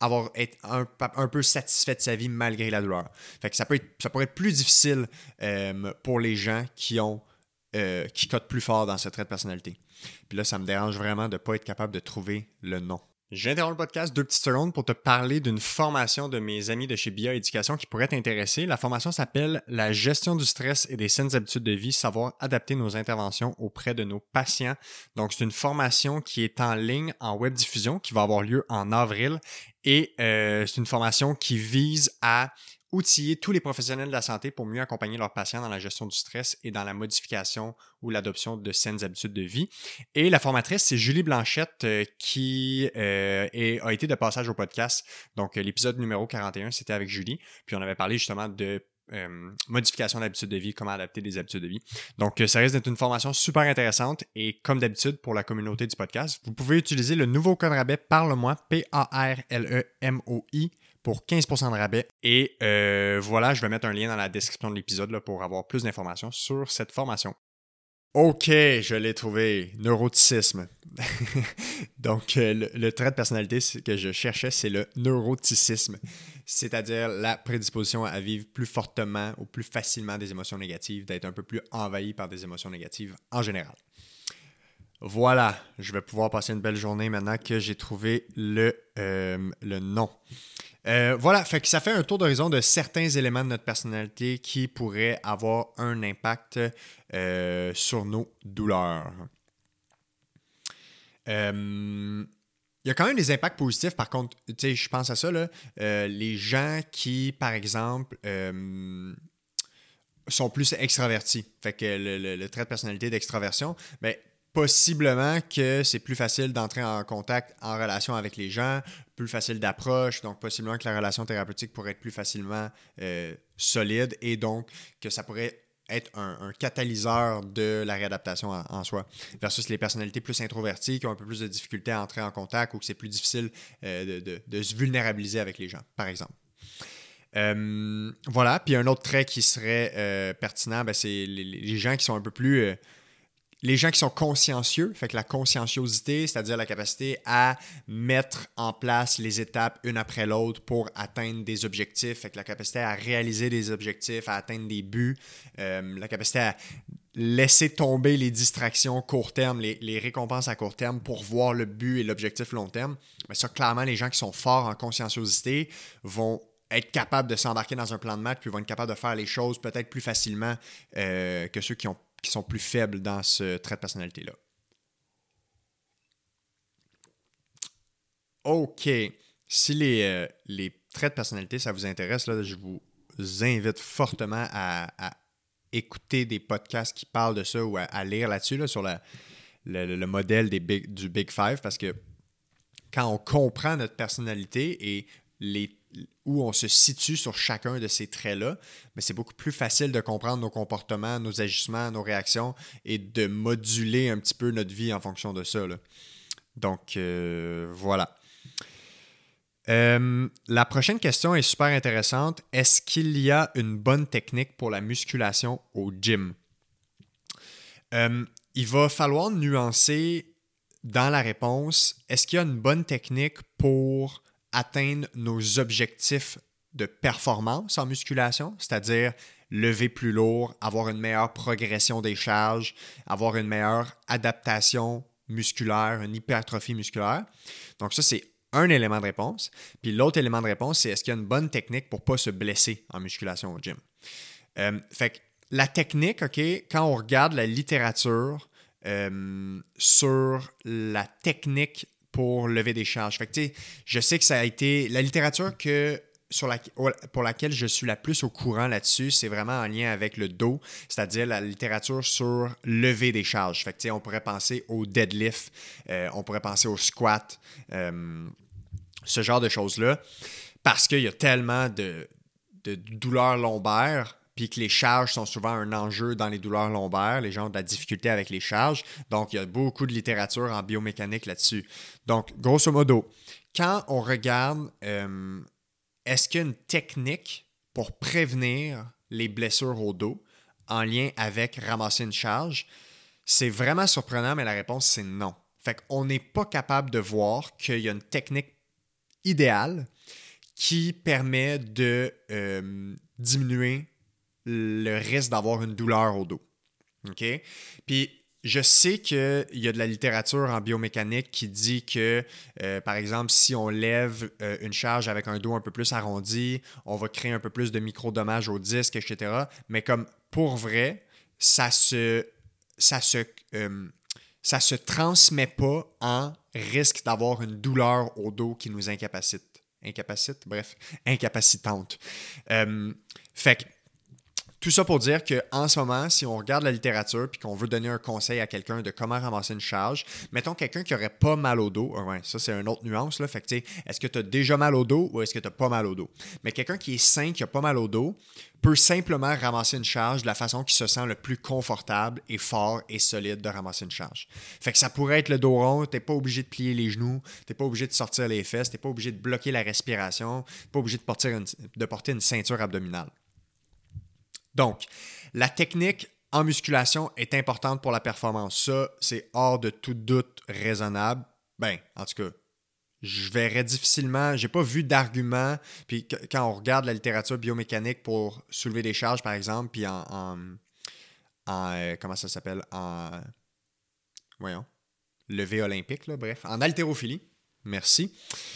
un peu satisfait de sa vie malgré la douleur. Fait que ça pourrait être plus difficile pour les gens qui cotent plus fort dans ce trait de personnalité. Puis là, ça me dérange vraiment de ne pas être capable de trouver le nom. J'interromps le podcast 2 petites secondes pour te parler d'une formation de mes amis de chez BIA Éducation qui pourrait t'intéresser. La formation s'appelle « La gestion du stress et des saines habitudes de vie, savoir adapter nos interventions auprès de nos patients ». Donc, c'est une formation qui est en ligne, en web diffusion, qui va avoir lieu en avril. Et c'est une formation qui vise à outiller tous les professionnels de la santé pour mieux accompagner leurs patients dans la gestion du stress et dans la modification ou l'adoption de saines habitudes de vie. Et la formatrice, c'est Julie Blanchette qui a été de passage au podcast. Donc, l'épisode numéro 41, c'était avec Julie. Puis, on avait parlé justement de modification d'habitudes de vie, comment adapter des habitudes de vie. Donc, ça risque d'être une formation super intéressante et comme d'habitude pour la communauté du podcast, vous pouvez utiliser le nouveau code rabais Parle-moi, PARLEMOI, pour 15% de rabais. Et voilà, je vais mettre un lien dans la description de l'épisode là, pour avoir plus d'informations sur cette formation. OK, je l'ai trouvé. Neuroticisme. Donc, le trait de personnalité que je cherchais, c'est le neuroticisme, c'est-à-dire la prédisposition à vivre plus fortement ou plus facilement des émotions négatives, d'être un peu plus envahi par des émotions négatives en général. Voilà, je vais pouvoir passer une belle journée maintenant que j'ai trouvé le nom. Voilà, fait que ça fait un tour d'horizon de certains éléments de notre personnalité qui pourraient avoir un impact sur nos douleurs. Il y a quand même des impacts positifs, par contre, tu sais, je pense à ça, là, les gens qui, par exemple, sont plus extravertis, fait que le trait de personnalité d'extraversion, ben, possiblement que c'est plus facile d'entrer en contact, en relation avec les gens, plus facile d'approche, donc possiblement que la relation thérapeutique pourrait être plus facilement solide et donc que ça pourrait être un catalyseur de la réadaptation en soi, versus les personnalités plus introverties qui ont un peu plus de difficulté à entrer en contact ou que c'est plus difficile de se vulnérabiliser avec les gens, par exemple. Voilà, puis un autre trait qui serait pertinent, ben, c'est les gens qui sont un peu plus... les gens qui sont consciencieux, fait que la conscienciosité, c'est-à-dire la capacité à mettre en place les étapes une après l'autre pour atteindre des objectifs, fait que la capacité à réaliser des objectifs, à atteindre des buts, la capacité à laisser tomber les distractions court terme, les récompenses à court terme pour voir le but et l'objectif long terme. Mais ça, clairement, les gens qui sont forts en conscienciosité vont être capables de s'embarquer dans un plan de match puis vont être capables de faire les choses peut-être plus facilement que ceux qui sont plus faibles dans ce trait de personnalité-là. OK. Si les traits de personnalité, ça vous intéresse, là, je vous invite fortement à écouter des podcasts qui parlent de ça ou à lire là-dessus, là, sur le modèle du Big Five, parce que quand on comprend notre personnalité et où on se situe sur chacun de ces traits-là, mais c'est beaucoup plus facile de comprendre nos comportements, nos agissements, nos réactions et de moduler un petit peu notre vie en fonction de ça, là. Donc, voilà. La prochaine question est super intéressante. Est-ce qu'il y a une bonne technique pour la musculation au gym? Il va falloir nuancer dans la réponse. Est-ce qu'il y a une bonne technique pour atteindre nos objectifs de performance en musculation, c'est-à-dire lever plus lourd, avoir une meilleure progression des charges, avoir une meilleure adaptation musculaire, une hypertrophie musculaire. Donc ça, c'est un élément de réponse. Puis l'autre élément de réponse, c'est est-ce qu'il y a une bonne technique pour ne pas se blesser en musculation au gym? Fait que la technique, OK, quand on regarde la littérature sur la technique pour lever des charges. Fait que, tu sais, je sais que ça a été... La littérature pour laquelle je suis la plus au courant là-dessus, c'est vraiment en lien avec le dos, c'est-à-dire la littérature sur lever des charges. Fait que, tu sais, on pourrait penser au deadlift, on pourrait penser au squat, ce genre de choses-là, parce qu'il y a tellement de douleurs lombaires, puis que les charges sont souvent un enjeu dans les douleurs lombaires. Les gens ont de la difficulté avec les charges. Donc, il y a beaucoup de littérature en biomécanique là-dessus. Donc, grosso modo, quand on regarde, est-ce qu'il y a une technique pour prévenir les blessures au dos en lien avec ramasser une charge? C'est vraiment surprenant, mais la réponse, c'est non. Fait qu'on n'est pas capable de voir qu'il y a une technique idéale qui permet de diminuer le risque d'avoir une douleur au dos. OK? Puis, je sais qu'il y a de la littérature en biomécanique qui dit que, par exemple, si on lève une charge avec un dos un peu plus arrondi, on va créer un peu plus de micro-dommages au disque, etc. Mais comme pour vrai, ça se transmet pas en risque d'avoir une douleur au dos qui nous incapacite. Incapacitante. Fait que tout ça pour dire qu'en ce moment, si on regarde la littérature et qu'on veut donner un conseil à quelqu'un de comment ramasser une charge, mettons quelqu'un qui n'aurait pas mal au dos, ouais, ça c'est une autre nuance, là, fait que est-ce que tu as déjà mal au dos ou est-ce que tu n'as pas mal au dos? Mais quelqu'un qui est sain, qui n'a pas mal au dos, peut simplement ramasser une charge de la façon qui se sent le plus confortable et fort et solide de ramasser une charge. Fait que ça pourrait être le dos rond, tu n'es pas obligé de plier les genoux, tu n'es pas obligé de sortir les fesses, tu n'es pas obligé de bloquer la respiration, tu n'es pas obligé de porter une ceinture abdominale. Donc, la technique en musculation est importante pour la performance. Ça, c'est hors de tout doute raisonnable. Ben, en tout cas, je verrais difficilement, j'ai pas vu d'argument. Puis quand on regarde la littérature biomécanique pour soulever des charges, par exemple, puis comment ça s'appelle? Levée olympique, là, bref, en haltérophilie. Merci.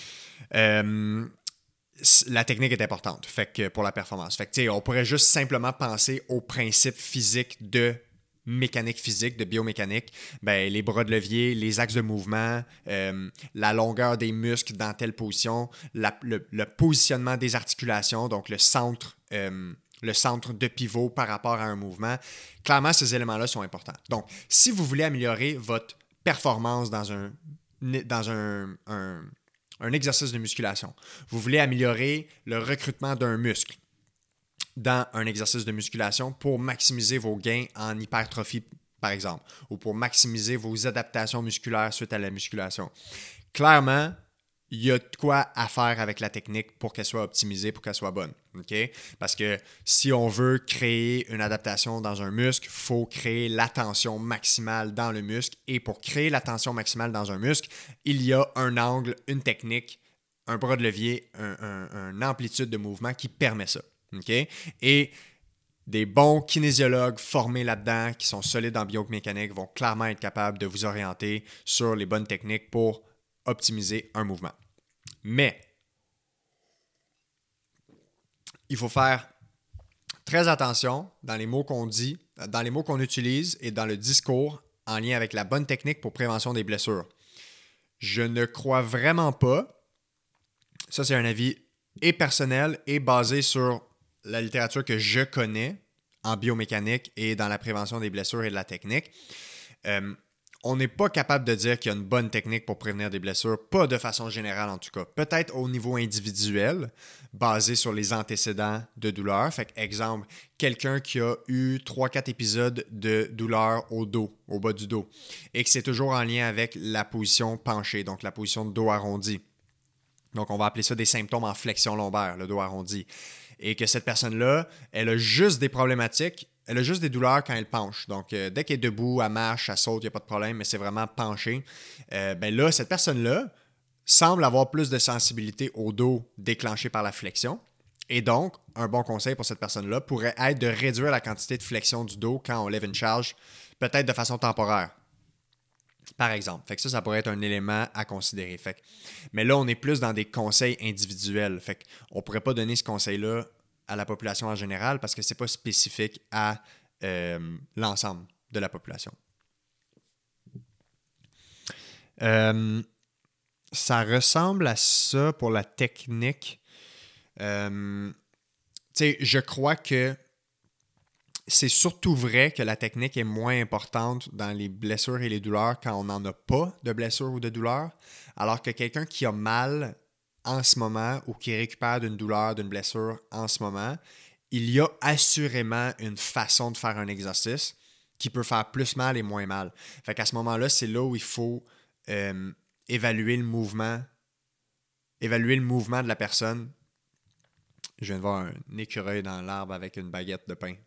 La technique est importante pour la performance. Fait que, on pourrait juste simplement penser aux principes physiques de mécanique physique, de biomécanique. Ben, les bras de levier, les axes de mouvement, la longueur des muscles dans telle position, le positionnement des articulations, donc le centre de pivot par rapport à un mouvement. Clairement, ces éléments-là sont importants. Donc, si vous voulez améliorer votre performance dans un un exercice de musculation. Vous voulez améliorer le recrutement d'un muscle dans un exercice de musculation pour maximiser vos gains en hypertrophie, par exemple, ou pour maximiser vos adaptations musculaires suite à la musculation. Clairement, il y a de quoi à faire avec la technique pour qu'elle soit optimisée, pour qu'elle soit bonne. Okay? Parce que si on veut créer une adaptation dans un muscle, il faut créer la tension maximale dans le muscle. Et pour créer la tension maximale dans un muscle, il y a un angle, une technique, un bras de levier, une amplitude de mouvement qui permet ça. Okay? Et des bons kinésiologues formés là-dedans, qui sont solides en biomécanique, vont clairement être capables de vous orienter sur les bonnes techniques pour optimiser un mouvement. Mais il faut faire très attention dans les mots qu'on dit, dans les mots qu'on utilise et dans le discours en lien avec la bonne technique pour prévention des blessures. Je ne crois vraiment pas, ça c'est un avis et personnel et basé sur la littérature que je connais en biomécanique et dans la prévention des blessures et de la technique. On n'est pas capable de dire qu'il y a une bonne technique pour prévenir des blessures, pas de façon générale en tout cas. Peut-être au niveau individuel, basé sur les antécédents de douleur. Fait que, exemple, quelqu'un qui a eu 3-4 épisodes de douleur au dos, au bas du dos, et que c'est toujours en lien avec la position penchée, donc la position de dos arrondi. Donc, on va appeler ça des symptômes en flexion lombaire, le dos arrondi. Et que cette personne-là, elle a juste des problématiques. Elle a juste des douleurs quand elle penche. Donc, dès qu'elle est debout, elle marche, elle saute, il n'y a pas de problème, mais c'est vraiment penché. Là, cette personne-là semble avoir plus de sensibilité au dos déclenché par la flexion. Et donc, un bon conseil pour cette personne-là pourrait être de réduire la quantité de flexion du dos quand on lève une charge, peut-être de façon temporaire. Par exemple. Fait que ça pourrait être un élément à considérer. Mais là, on est plus dans des conseils individuels. Fait qu'on ne pourrait pas donner ce conseil-là à la population en général parce que ce n'est pas spécifique à l'ensemble de la population. Ça ressemble à ça pour la technique. Je crois que c'est surtout vrai que la technique est moins importante dans les blessures et les douleurs quand on n'en a pas de blessures ou de douleurs, alors que quelqu'un qui a mal en ce moment ou qui récupère d'une douleur, d'une blessure en ce moment, il y a assurément une façon de faire un exercice qui peut faire plus mal et moins mal. Fait qu'à ce moment-là, c'est là où il faut évaluer le mouvement de la personne. Je viens de voir un écureuil dans l'arbre avec une baguette de pain.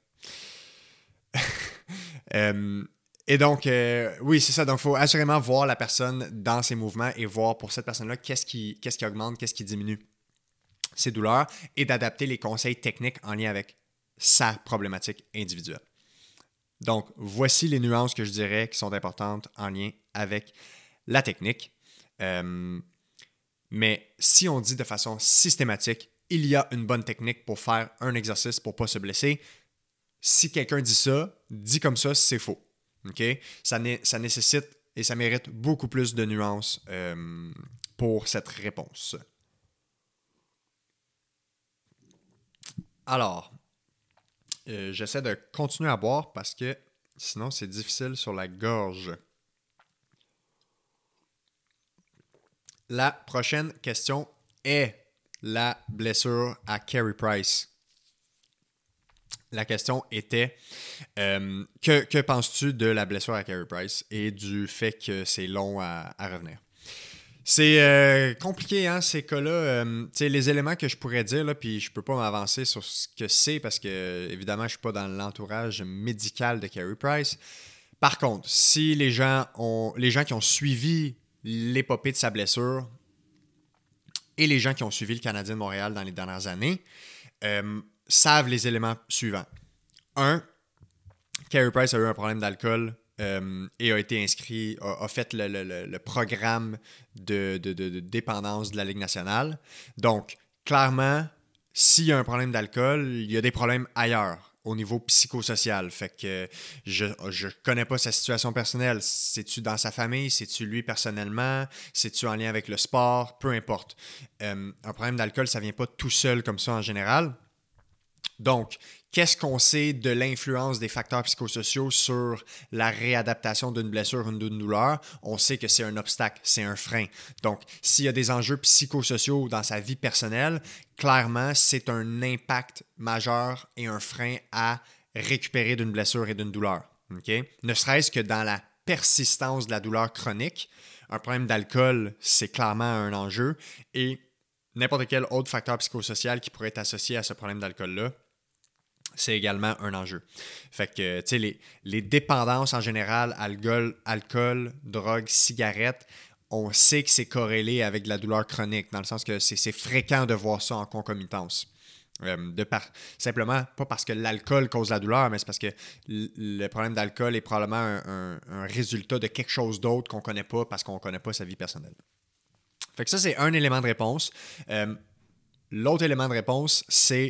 Et donc, oui, c'est ça. Donc, il faut assurément voir la personne dans ses mouvements et voir pour cette personne-là qu'est-ce qui augmente, qu'est-ce qui diminue ses douleurs et d'adapter les conseils techniques en lien avec sa problématique individuelle. Donc, voici les nuances que je dirais qui sont importantes en lien avec la technique. Mais si on dit de façon systématique, il y a une bonne technique pour faire un exercice pour ne pas se blesser, si quelqu'un dit comme ça, c'est faux. Okay? Ça nécessite et ça mérite beaucoup plus de nuances pour cette réponse. Alors, j'essaie de continuer à boire parce que sinon c'est difficile sur la gorge. La prochaine question est la blessure à Carey Price. La question était que penses-tu de la blessure à Carey Price et du fait que c'est long à revenir? C'est compliqué, hein, ces cas-là. Les éléments que je pourrais dire, là, puis je peux pas m'avancer sur ce que c'est parce que, évidemment, je suis pas dans l'entourage médical de Carey Price. Par contre, si les gens qui ont suivi l'épopée de sa blessure et les gens qui ont suivi le Canadien de Montréal dans les dernières années savent les éléments suivants. 1. Carey Price a eu un problème d'alcool et a été inscrit, a fait le programme de dépendance de la Ligue nationale. Donc, clairement, s'il y a un problème d'alcool, il y a des problèmes ailleurs, au niveau psychosocial. Fait que je connais pas sa situation personnelle. C'est-tu dans sa famille? C'est-tu lui personnellement? C'est-tu en lien avec le sport? Peu importe. Un problème d'alcool, ça vient pas tout seul comme ça en général. Donc, qu'est-ce qu'on sait de l'influence des facteurs psychosociaux sur la réadaptation d'une blessure ou d'une douleur? On sait que c'est un obstacle, c'est un frein. Donc, s'il y a des enjeux psychosociaux dans sa vie personnelle, clairement, c'est un impact majeur et un frein à récupérer d'une blessure et d'une douleur. Okay? Ne serait-ce que dans la persistance de la douleur chronique, un problème d'alcool, c'est clairement un enjeu et n'importe quel autre facteur psychosocial qui pourrait être associé à ce problème d'alcool-là, c'est également un enjeu. Fait que, tu sais, les dépendances en général, alcool, drogue, cigarette, on sait que c'est corrélé avec de la douleur chronique, dans le sens que c'est fréquent de voir ça en concomitance. Simplement, pas parce que l'alcool cause la douleur, mais c'est parce que le problème d'alcool est probablement un résultat de quelque chose d'autre qu'on ne connaît pas parce qu'on ne connaît pas sa vie personnelle. Fait que ça, c'est un élément de réponse. L'autre élément de réponse, c'est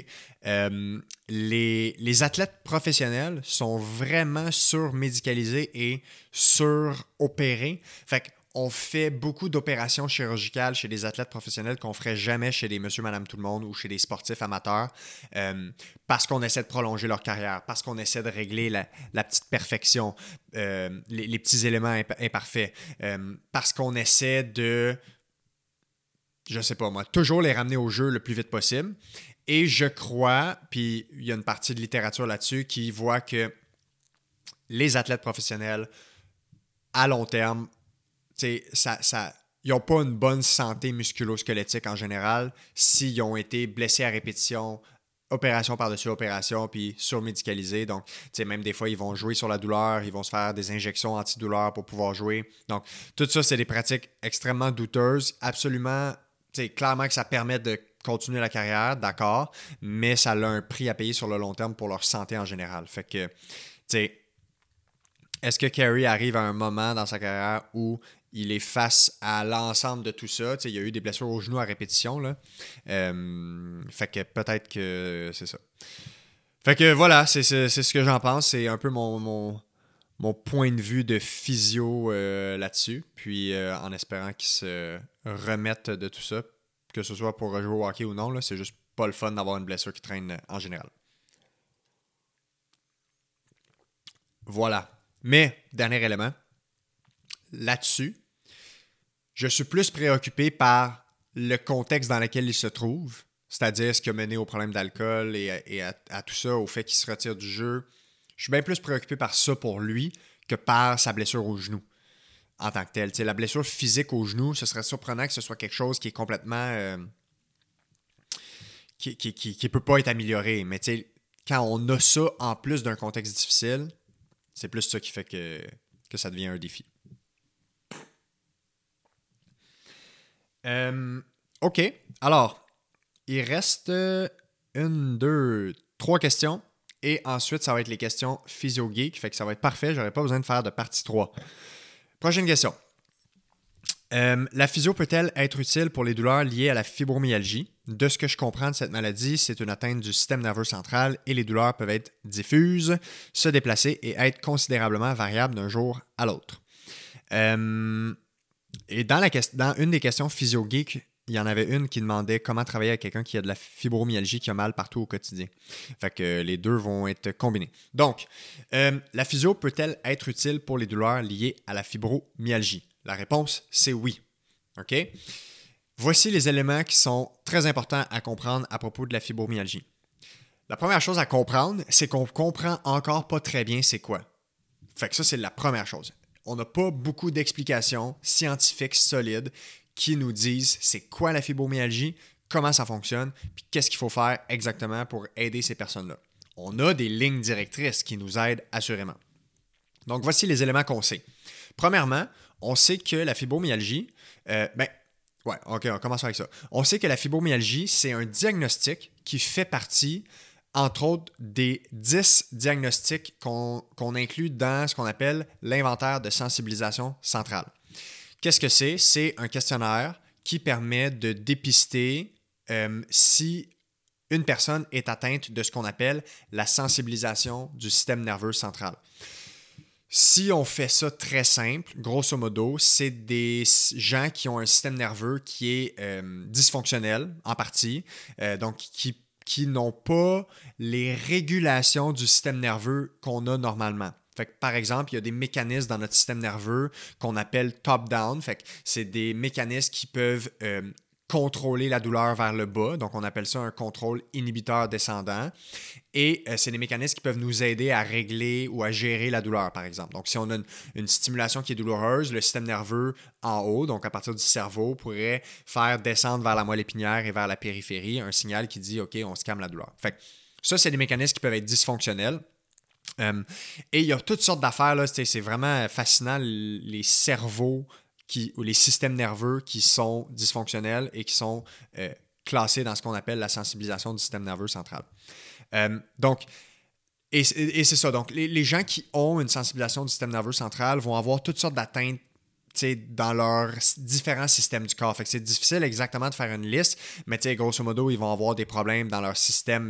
les athlètes professionnels sont vraiment surmédicalisés et suropérés. Fait qu'on fait beaucoup d'opérations chirurgicales chez les athlètes professionnels qu'on ne ferait jamais chez des monsieur, madame, tout le monde ou chez des sportifs amateurs parce qu'on essaie de prolonger leur carrière, parce qu'on essaie de régler la petite perfection, les petits éléments imparfaits, parce qu'on essaie de... je sais pas moi, toujours les ramener au jeu le plus vite possible. Et je crois, puis il y a une partie de littérature là-dessus qui voit que les athlètes professionnels, à long terme, ils n'ont pas une bonne santé musculo-squelettique en général s'ils ont été blessés à répétition, opération par-dessus opération, puis surmédicalisés. Donc, même des fois, ils vont jouer sur la douleur, ils vont se faire des injections antidouleurs pour pouvoir jouer. Donc, tout ça, c'est des pratiques extrêmement douteuses, absolument... clairement que ça permet de continuer la carrière, d'accord, mais ça a un prix à payer sur le long terme pour leur santé en général. Fait que, est-ce que Carey arrive à un moment dans sa carrière où il est face à l'ensemble de tout ça? Il y a eu des blessures au genou à répétition, là. Fait que peut-être que c'est ça. Fait que voilà, c'est ce que j'en pense. C'est un peu mon point de vue de physio là-dessus, puis en espérant qu'ils se remettent de tout ça, que ce soit pour rejouer au hockey ou non, là, c'est juste pas le fun d'avoir une blessure qui traîne en général. Voilà. Mais, dernier élément, là-dessus, je suis plus préoccupé par le contexte dans lequel il se trouve, c'est-à-dire ce qui a mené au problème d'alcool et à tout ça, au fait qu'il se retire du jeu. Je suis bien plus préoccupé par ça pour lui que par sa blessure au genou en tant que telle. La blessure physique au genou, ce serait surprenant que ce soit quelque chose qui est complètement... qui peut pas être amélioré. Mais quand on a ça en plus d'un contexte difficile, c'est plus ça qui fait que ça devient un défi. OK. Alors, il reste 1, 2, 3 questions. Et ensuite, ça va être les questions physio-geek. Fait que ça va être parfait. J'aurais pas besoin de faire de partie 3. Prochaine question. La physio peut-elle être utile pour les douleurs liées à la fibromyalgie? De ce que je comprends de cette maladie, c'est une atteinte du système nerveux central et les douleurs peuvent être diffuses, se déplacer et être considérablement variables d'un jour à l'autre. Et dans une des questions physio-geek, il y en avait une qui demandait comment travailler avec quelqu'un qui a de la fibromyalgie, qui a mal partout au quotidien. Fait que les deux vont être combinés. Donc, la physio peut-elle être utile pour les douleurs liées à la fibromyalgie? La réponse, c'est oui. OK? Voici les éléments qui sont très importants à comprendre à propos de la fibromyalgie. La première chose à comprendre, c'est qu'on comprend encore pas très bien c'est quoi. Fait que ça, c'est la première chose. On n'a pas beaucoup d'explications scientifiques solides qui nous disent c'est quoi la fibromyalgie, comment ça fonctionne, puis qu'est-ce qu'il faut faire exactement pour aider ces personnes-là. On a des lignes directrices qui nous aident assurément. Donc, voici les éléments qu'on sait. Premièrement, on sait que la fibromyalgie, on commence avec ça. On sait que la fibromyalgie, c'est un diagnostic qui fait partie, entre autres, des 10 diagnostics qu'on inclut dans ce qu'on appelle l'inventaire de sensibilisation centrale. Qu'est-ce que c'est? C'est un questionnaire qui permet de dépister si une personne est atteinte de ce qu'on appelle la sensibilisation du système nerveux central. Si on fait ça très simple, grosso modo, c'est des gens qui ont un système nerveux qui est dysfonctionnel en partie, donc qui qui n'ont pas les régulations du système nerveux qu'on a normalement. Fait que, par exemple, il y a des mécanismes dans notre système nerveux qu'on appelle top-down. Fait que c'est des mécanismes qui peuvent contrôler la douleur vers le bas. Donc, on appelle ça un contrôle inhibiteur descendant. Et c'est des mécanismes qui peuvent nous aider à régler ou à gérer la douleur, par exemple. Donc, si on a une stimulation qui est douloureuse, le système nerveux en haut, donc à partir du cerveau, pourrait faire descendre vers la moelle épinière et vers la périphérie un signal qui dit « OK, on se calme la douleur ». Fait que ça, c'est des mécanismes qui peuvent être dysfonctionnels. Et il y a toutes sortes d'affaires, là, c'est vraiment fascinant, les cerveaux ou les systèmes nerveux qui sont dysfonctionnels et qui sont classés dans ce qu'on appelle la sensibilisation du système nerveux central. Et c'est ça. Donc, les gens qui ont une sensibilisation du système nerveux central vont avoir toutes sortes d'atteintes dans leurs différents systèmes du corps. Fait que c'est difficile exactement de faire une liste, mais grosso modo, ils vont avoir des problèmes dans leur système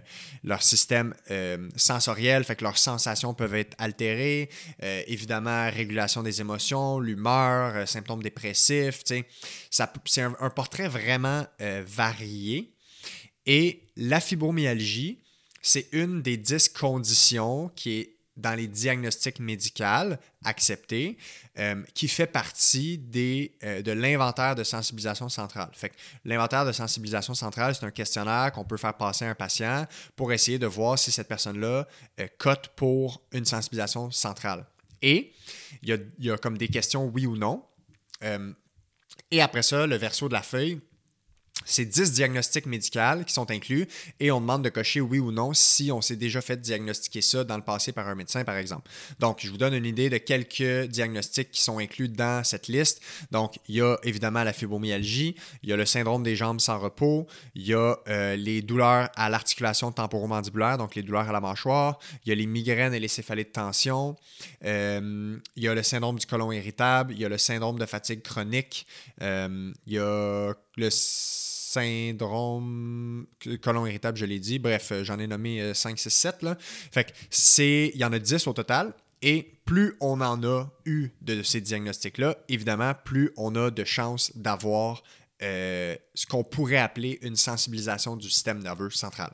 sensoriel, fait que leurs sensations peuvent être altérées. Évidemment, régulation des émotions, l'humeur, symptômes dépressifs. C'est un portrait vraiment varié. Et la fibromyalgie, c'est une des 10 conditions qui est dans les diagnostics médicaux acceptés, qui fait partie de l'inventaire de sensibilisation centrale. Fait que l'inventaire de sensibilisation centrale, c'est un questionnaire qu'on peut faire passer à un patient pour essayer de voir si cette personne-là cote pour une sensibilisation centrale. Et il y a comme des questions oui ou non. Et après ça, le verso de la feuille, c'est 10 diagnostics médicaux qui sont inclus et on demande de cocher oui ou non si on s'est déjà fait diagnostiquer ça dans le passé par un médecin, par exemple. Donc, je vous donne une idée de quelques diagnostics qui sont inclus dans cette liste. Donc, il y a évidemment la fibromyalgie, il y a le syndrome des jambes sans repos, il y a les douleurs à l'articulation temporomandibulaire, donc les douleurs à la mâchoire, il y a les migraines et les céphalées de tension, il y a le syndrome du côlon irritable, il y a le syndrome de fatigue chronique, il y a le syndrome côlon irritable, je l'ai dit. Bref, j'en ai nommé 5, 6, 7. Là. Fait que il y en a 10 au total. Et plus on en a eu de ces diagnostics-là, évidemment, plus on a de chances d'avoir ce qu'on pourrait appeler une sensibilisation du système nerveux central.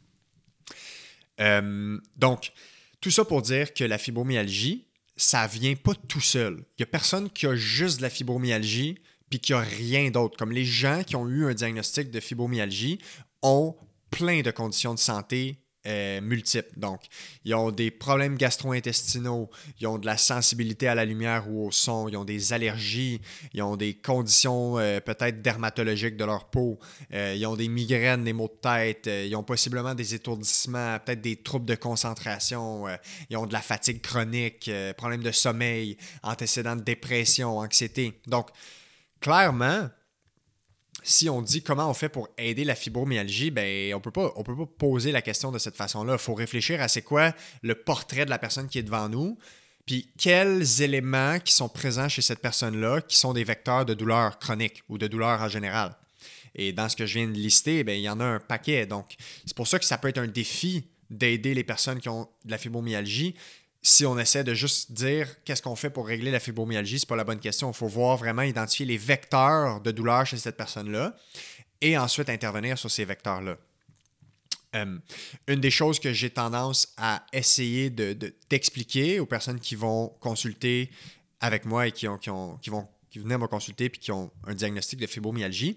Donc, tout ça pour dire que la fibromyalgie, ça vient pas tout seul. Il n'y a personne qui a juste de la fibromyalgie puis qu'il n'y a rien d'autre. Comme les gens qui ont eu un diagnostic de fibromyalgie ont plein de conditions de santé multiples. Donc, ils ont des problèmes gastro-intestinaux, ils ont de la sensibilité à la lumière ou au son, ils ont des allergies, ils ont des conditions peut-être dermatologiques de leur peau, ils ont des migraines, des maux de tête, ils ont possiblement des étourdissements, peut-être des troubles de concentration, ils ont de la fatigue chronique, problèmes de sommeil, antécédents de dépression, anxiété. Donc, clairement, si on dit comment on fait pour aider la fibromyalgie, ben on peut pas poser la question de cette façon-là. Il faut réfléchir à c'est quoi le portrait de la personne qui est devant nous, puis quels éléments qui sont présents chez cette personne-là qui sont des vecteurs de douleur chronique ou de douleur en général. Et dans ce que je viens de lister, ben il y en a un paquet. Donc, c'est pour ça que ça peut être un défi d'aider les personnes qui ont de la fibromyalgie. Si on essaie de juste dire qu'est-ce qu'on fait pour régler la fibromyalgie, c'est pas la bonne question. Il faut voir vraiment identifier les vecteurs de douleur chez cette personne-là et ensuite intervenir sur ces vecteurs-là. Une des choses que j'ai tendance à essayer d'expliquer aux personnes qui vont consulter avec moi et qui venaient me consulter puis qui ont un diagnostic de fibromyalgie,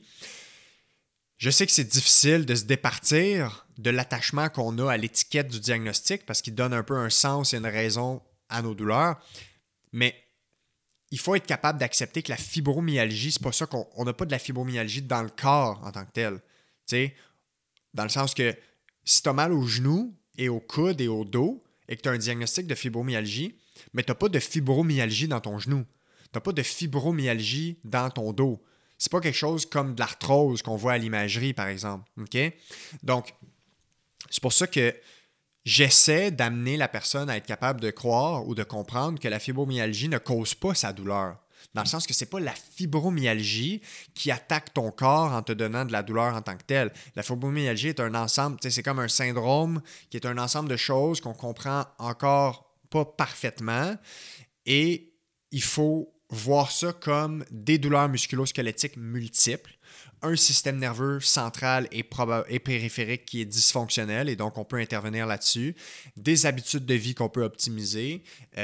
je sais que c'est difficile de se départir de l'attachement qu'on a à l'étiquette du diagnostic parce qu'il donne un peu un sens et une raison à nos douleurs, mais il faut être capable d'accepter que la fibromyalgie, c'est pas ça qu'on n'a pas de la fibromyalgie dans le corps en tant que tel. T'sais, dans le sens que si tu as mal aux genoux et aux coudes et au dos et que tu as un diagnostic de fibromyalgie, mais tu n'as pas de fibromyalgie dans ton genou. Tu n'as pas de fibromyalgie dans ton dos. C'est pas quelque chose comme de l'arthrose qu'on voit à l'imagerie, par exemple. Okay? Donc, c'est pour ça que j'essaie d'amener la personne à être capable de croire ou de comprendre que la fibromyalgie ne cause pas sa douleur. Dans le sens que ce n'est pas la fibromyalgie qui attaque ton corps en te donnant de la douleur en tant que telle. La fibromyalgie est un ensemble, c'est comme un syndrome qui est un ensemble de choses qu'on comprend encore pas parfaitement et il faut voir ça comme des douleurs musculo-squelettiques multiples, un système nerveux central et périphérique qui est dysfonctionnel et donc on peut intervenir là-dessus, des habitudes de vie qu'on peut optimiser.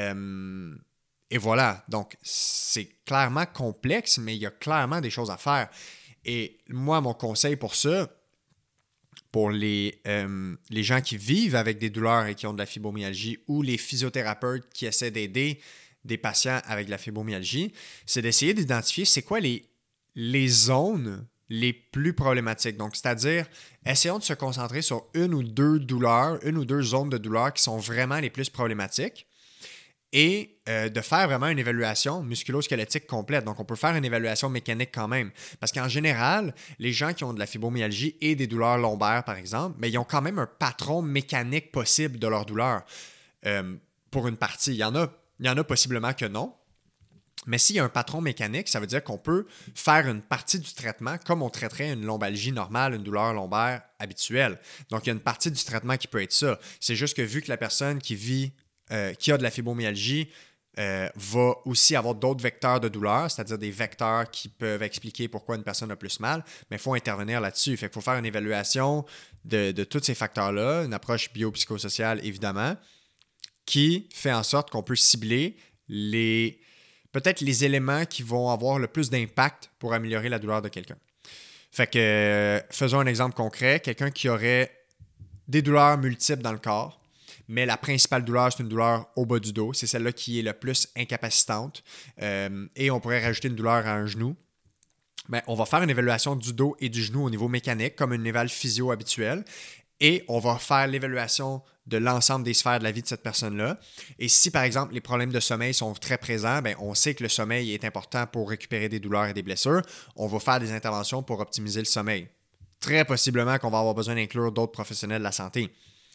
Et voilà, donc c'est clairement complexe, mais il y a clairement des choses à faire. Et moi, mon conseil pour ça, pour les gens qui vivent avec des douleurs et qui ont de la fibromyalgie ou les physiothérapeutes qui essaient d'aider des patients avec de la fibromyalgie, c'est d'essayer d'identifier c'est quoi les zones les plus problématiques. Donc, c'est-à-dire, essayons de se concentrer sur une ou deux zones de douleur qui sont vraiment les plus problématiques et de faire vraiment une évaluation musculo-squelettique complète. Donc, on peut faire une évaluation mécanique quand même. Parce qu'en général, les gens qui ont de la fibromyalgie et des douleurs lombaires, par exemple, mais ils ont quand même un patron mécanique possible de leur douleur. Pour une partie, il y en a possiblement que non. Mais s'il y a un patron mécanique, ça veut dire qu'on peut faire une partie du traitement comme on traiterait une lombalgie normale, une douleur lombaire habituelle. Donc, il y a une partie du traitement qui peut être ça. C'est juste que vu que la personne qui a de la fibromyalgie va aussi avoir d'autres vecteurs de douleur, c'est-à-dire des vecteurs qui peuvent expliquer pourquoi une personne a plus mal, mais il faut intervenir là-dessus. Fait qu'il faut faire une évaluation de tous ces facteurs-là, une approche biopsychosociale évidemment, qui fait en sorte qu'on peut cibler peut-être les éléments qui vont avoir le plus d'impact pour améliorer la douleur de quelqu'un. Fait que, faisons un exemple concret. Quelqu'un qui aurait des douleurs multiples dans le corps, mais la principale douleur, c'est une douleur au bas du dos. C'est celle-là qui est le plus incapacitante. Et on pourrait rajouter une douleur à un genou. Bien, on va faire une évaluation du dos et du genou au niveau mécanique, comme une éval physio habituelle. Et on va faire l'évaluation de l'ensemble des sphères de la vie de cette personne-là. Et si, par exemple, les problèmes de sommeil sont très présents, bien, on sait que le sommeil est important pour récupérer des douleurs et des blessures. On va faire des interventions pour optimiser le sommeil. Très possiblement qu'on va avoir besoin d'inclure d'autres professionnels de la santé.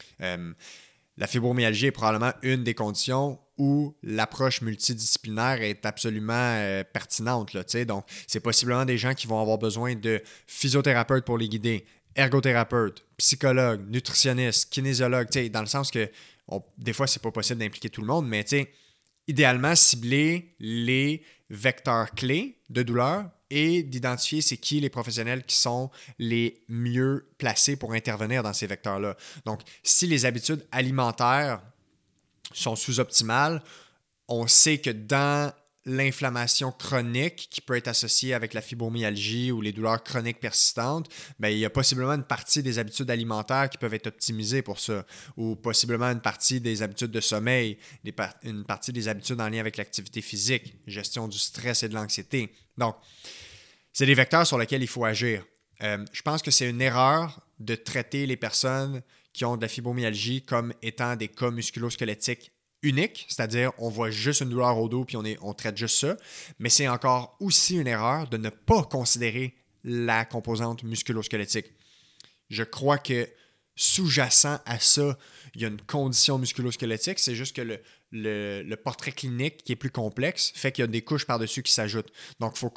La fibromyalgie est probablement une des conditions où l'approche multidisciplinaire est absolument pertinente. Là, donc, c'est possiblement des gens qui vont avoir besoin de physiothérapeutes pour les guider, ergothérapeute, psychologue, nutritionniste, kinésiologue, dans le sens que des fois, c'est pas possible d'impliquer tout le monde, mais idéalement, cibler les vecteurs clés de douleur et d'identifier c'est qui les professionnels qui sont les mieux placés pour intervenir dans ces vecteurs-là. Donc, si les habitudes alimentaires sont sous-optimales, on sait que dans l'inflammation chronique qui peut être associée avec la fibromyalgie ou les douleurs chroniques persistantes, bien, il y a possiblement une partie des habitudes alimentaires qui peuvent être optimisées pour ça, ou possiblement une partie des habitudes de sommeil, une partie des habitudes en lien avec l'activité physique, gestion du stress et de l'anxiété. Donc, c'est des vecteurs sur lesquels il faut agir. Je pense que c'est une erreur de traiter les personnes qui ont de la fibromyalgie comme étant des cas musculo-squelettiques unique, c'est-à-dire on voit juste une douleur au dos puis on traite juste ça, mais c'est encore aussi une erreur de ne pas considérer la composante musculo-squelettique. Je crois que sous-jacent à ça, il y a une condition musculo-squelettique, c'est juste que le portrait clinique qui est plus complexe fait qu'il y a des couches par-dessus qui s'ajoutent. Donc, il faut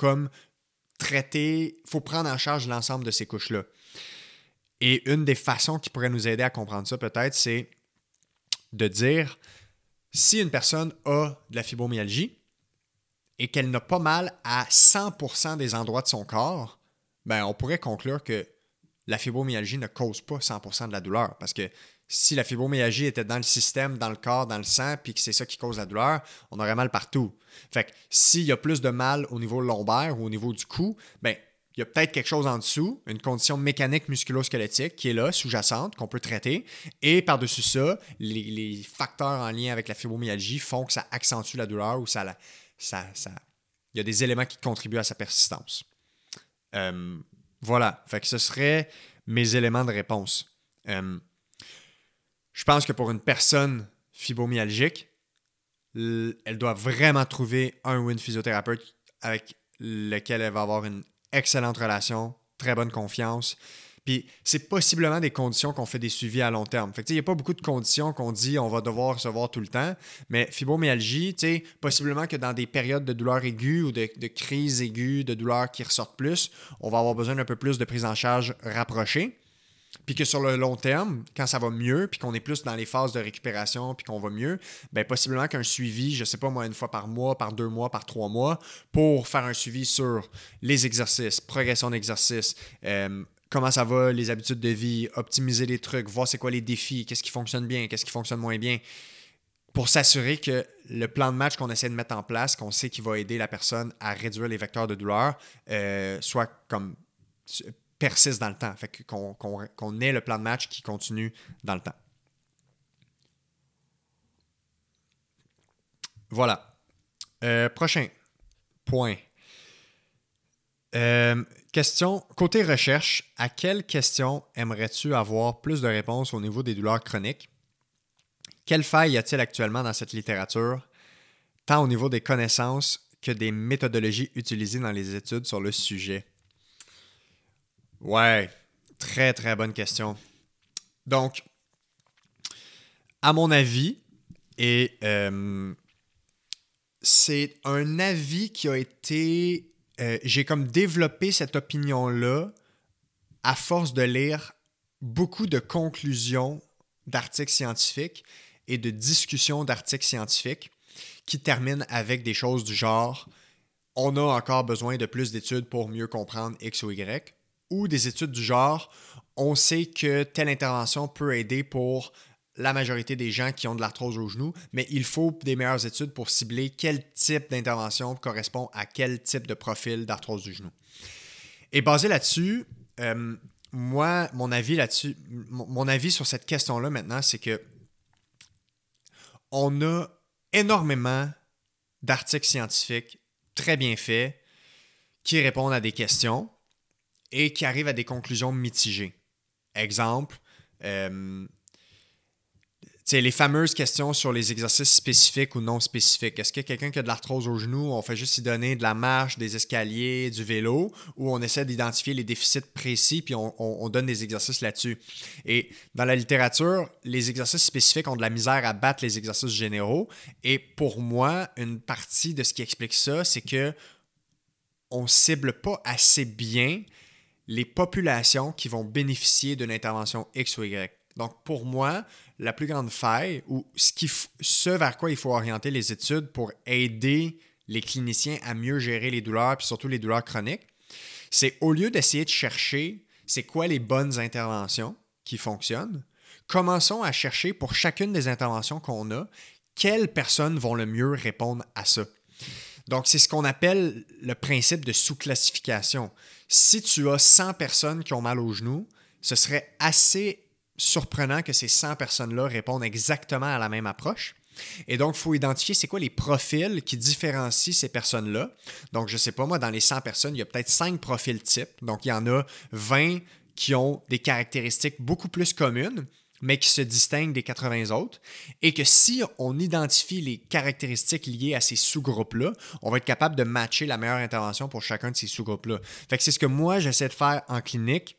faut prendre en charge l'ensemble de ces couches-là. Et une des façons qui pourrait nous aider à comprendre ça peut-être, c'est de dire si une personne a de la fibromyalgie et qu'elle n'a pas mal à 100% des endroits de son corps, ben on pourrait conclure que la fibromyalgie ne cause pas 100% de la douleur. Parce que si la fibromyalgie était dans le système, dans le corps, dans le sang, puis que c'est ça qui cause la douleur, on aurait mal partout. Fait que s'il y a plus de mal au niveau lombaire ou au niveau du cou, ben il y a peut-être quelque chose en dessous, une condition mécanique musculo-squelettique qui est là, sous-jacente, qu'on peut traiter. Et par-dessus ça, les facteurs en lien avec la fibromyalgie font que ça accentue la douleur ou il y a des éléments qui contribuent à sa persistance. Voilà. Fait que ce serait mes éléments de réponse. Je pense que pour une personne fibromyalgique, elle doit vraiment trouver un ou une physiothérapeute avec lequel elle va avoir une excellente relation, très bonne confiance. Puis c'est possiblement des conditions qu'on fait des suivis à long terme. Fait que il n'y a pas beaucoup de conditions qu'on dit on va devoir se voir tout le temps. Mais fibromyalgie, possiblement que dans des périodes de douleur aiguë ou de crise aiguë, de douleur qui ressortent plus, on va avoir besoin d'un peu plus de prise en charge rapprochée. Puis que sur le long terme, quand ça va mieux, puis qu'on est plus dans les phases de récupération, puis qu'on va mieux, ben possiblement qu'un suivi, je sais pas moi, une fois par mois, par 2 mois, par 3 mois, pour faire un suivi sur les exercices, progression d'exercice, comment ça va, les habitudes de vie, optimiser les trucs, voir c'est quoi les défis, qu'est-ce qui fonctionne bien, qu'est-ce qui fonctionne moins bien, pour s'assurer que le plan de match qu'on essaie de mettre en place, qu'on sait qui va aider la personne à réduire les vecteurs de douleur, soit comme persiste dans le temps. Fait qu'on ait le plan de match qui continue dans le temps. Voilà. Prochain point. Question. Côté recherche, à quelle question aimerais-tu avoir plus de réponses au niveau des douleurs chroniques? Quelle faille y a-t-il actuellement dans cette littérature, tant au niveau des connaissances que des méthodologies utilisées dans les études sur le sujet? Ouais, très très bonne question. Donc, à mon avis, et c'est un avis qui a été... j'ai comme développé cette opinion-là à force de lire beaucoup de conclusions d'articles scientifiques et de discussions d'articles scientifiques qui terminent avec des choses du genre « on a encore besoin de plus d'études pour mieux comprendre X ou Y » ou des études du genre « on sait que telle intervention peut aider pour la majorité des gens qui ont de l'arthrose au genou, mais il faut des meilleures études pour cibler quel type d'intervention correspond à quel type de profil d'arthrose du genou. » Et basé là-dessus, moi, mon avis sur cette question-là maintenant, c'est que on a énormément d'articles scientifiques très bien faits qui répondent à des questions et qui arrivent à des conclusions mitigées. Exemple, les fameuses questions sur les exercices spécifiques ou non spécifiques. Est-ce que quelqu'un qui a de l'arthrose au genou, on fait juste y donner de la marche, des escaliers, du vélo, ou on essaie d'identifier les déficits précis puis on donne des exercices là-dessus? Et dans la littérature, les exercices spécifiques ont de la misère à battre les exercices généraux. Et pour moi, une partie de ce qui explique ça, c'est que on ne cible pas assez bien les populations qui vont bénéficier d'une intervention X ou Y. Donc, pour moi, la plus grande faille, ou ce vers quoi il faut orienter les études pour aider les cliniciens à mieux gérer les douleurs, puis surtout les douleurs chroniques, c'est au lieu d'essayer de chercher c'est quoi les bonnes interventions qui fonctionnent, commençons à chercher pour chacune des interventions qu'on a, quelles personnes vont le mieux répondre à ça. Donc, c'est ce qu'on appelle le principe de sous-classification. Si tu as 100 personnes qui ont mal au genou, ce serait assez surprenant que ces 100 personnes-là répondent exactement à la même approche. Et donc, il faut identifier c'est quoi les profils qui différencient ces personnes-là. Donc, je ne sais pas, moi, dans les 100 personnes, il y a peut-être 5 profils types. Donc, il y en a 20 qui ont des caractéristiques beaucoup plus communes, mais qui se distinguent des 80 autres, et que si on identifie les caractéristiques liées à ces sous-groupes-là, on va être capable de matcher la meilleure intervention pour chacun de ces sous-groupes-là. Fait que c'est ce que moi, j'essaie de faire en clinique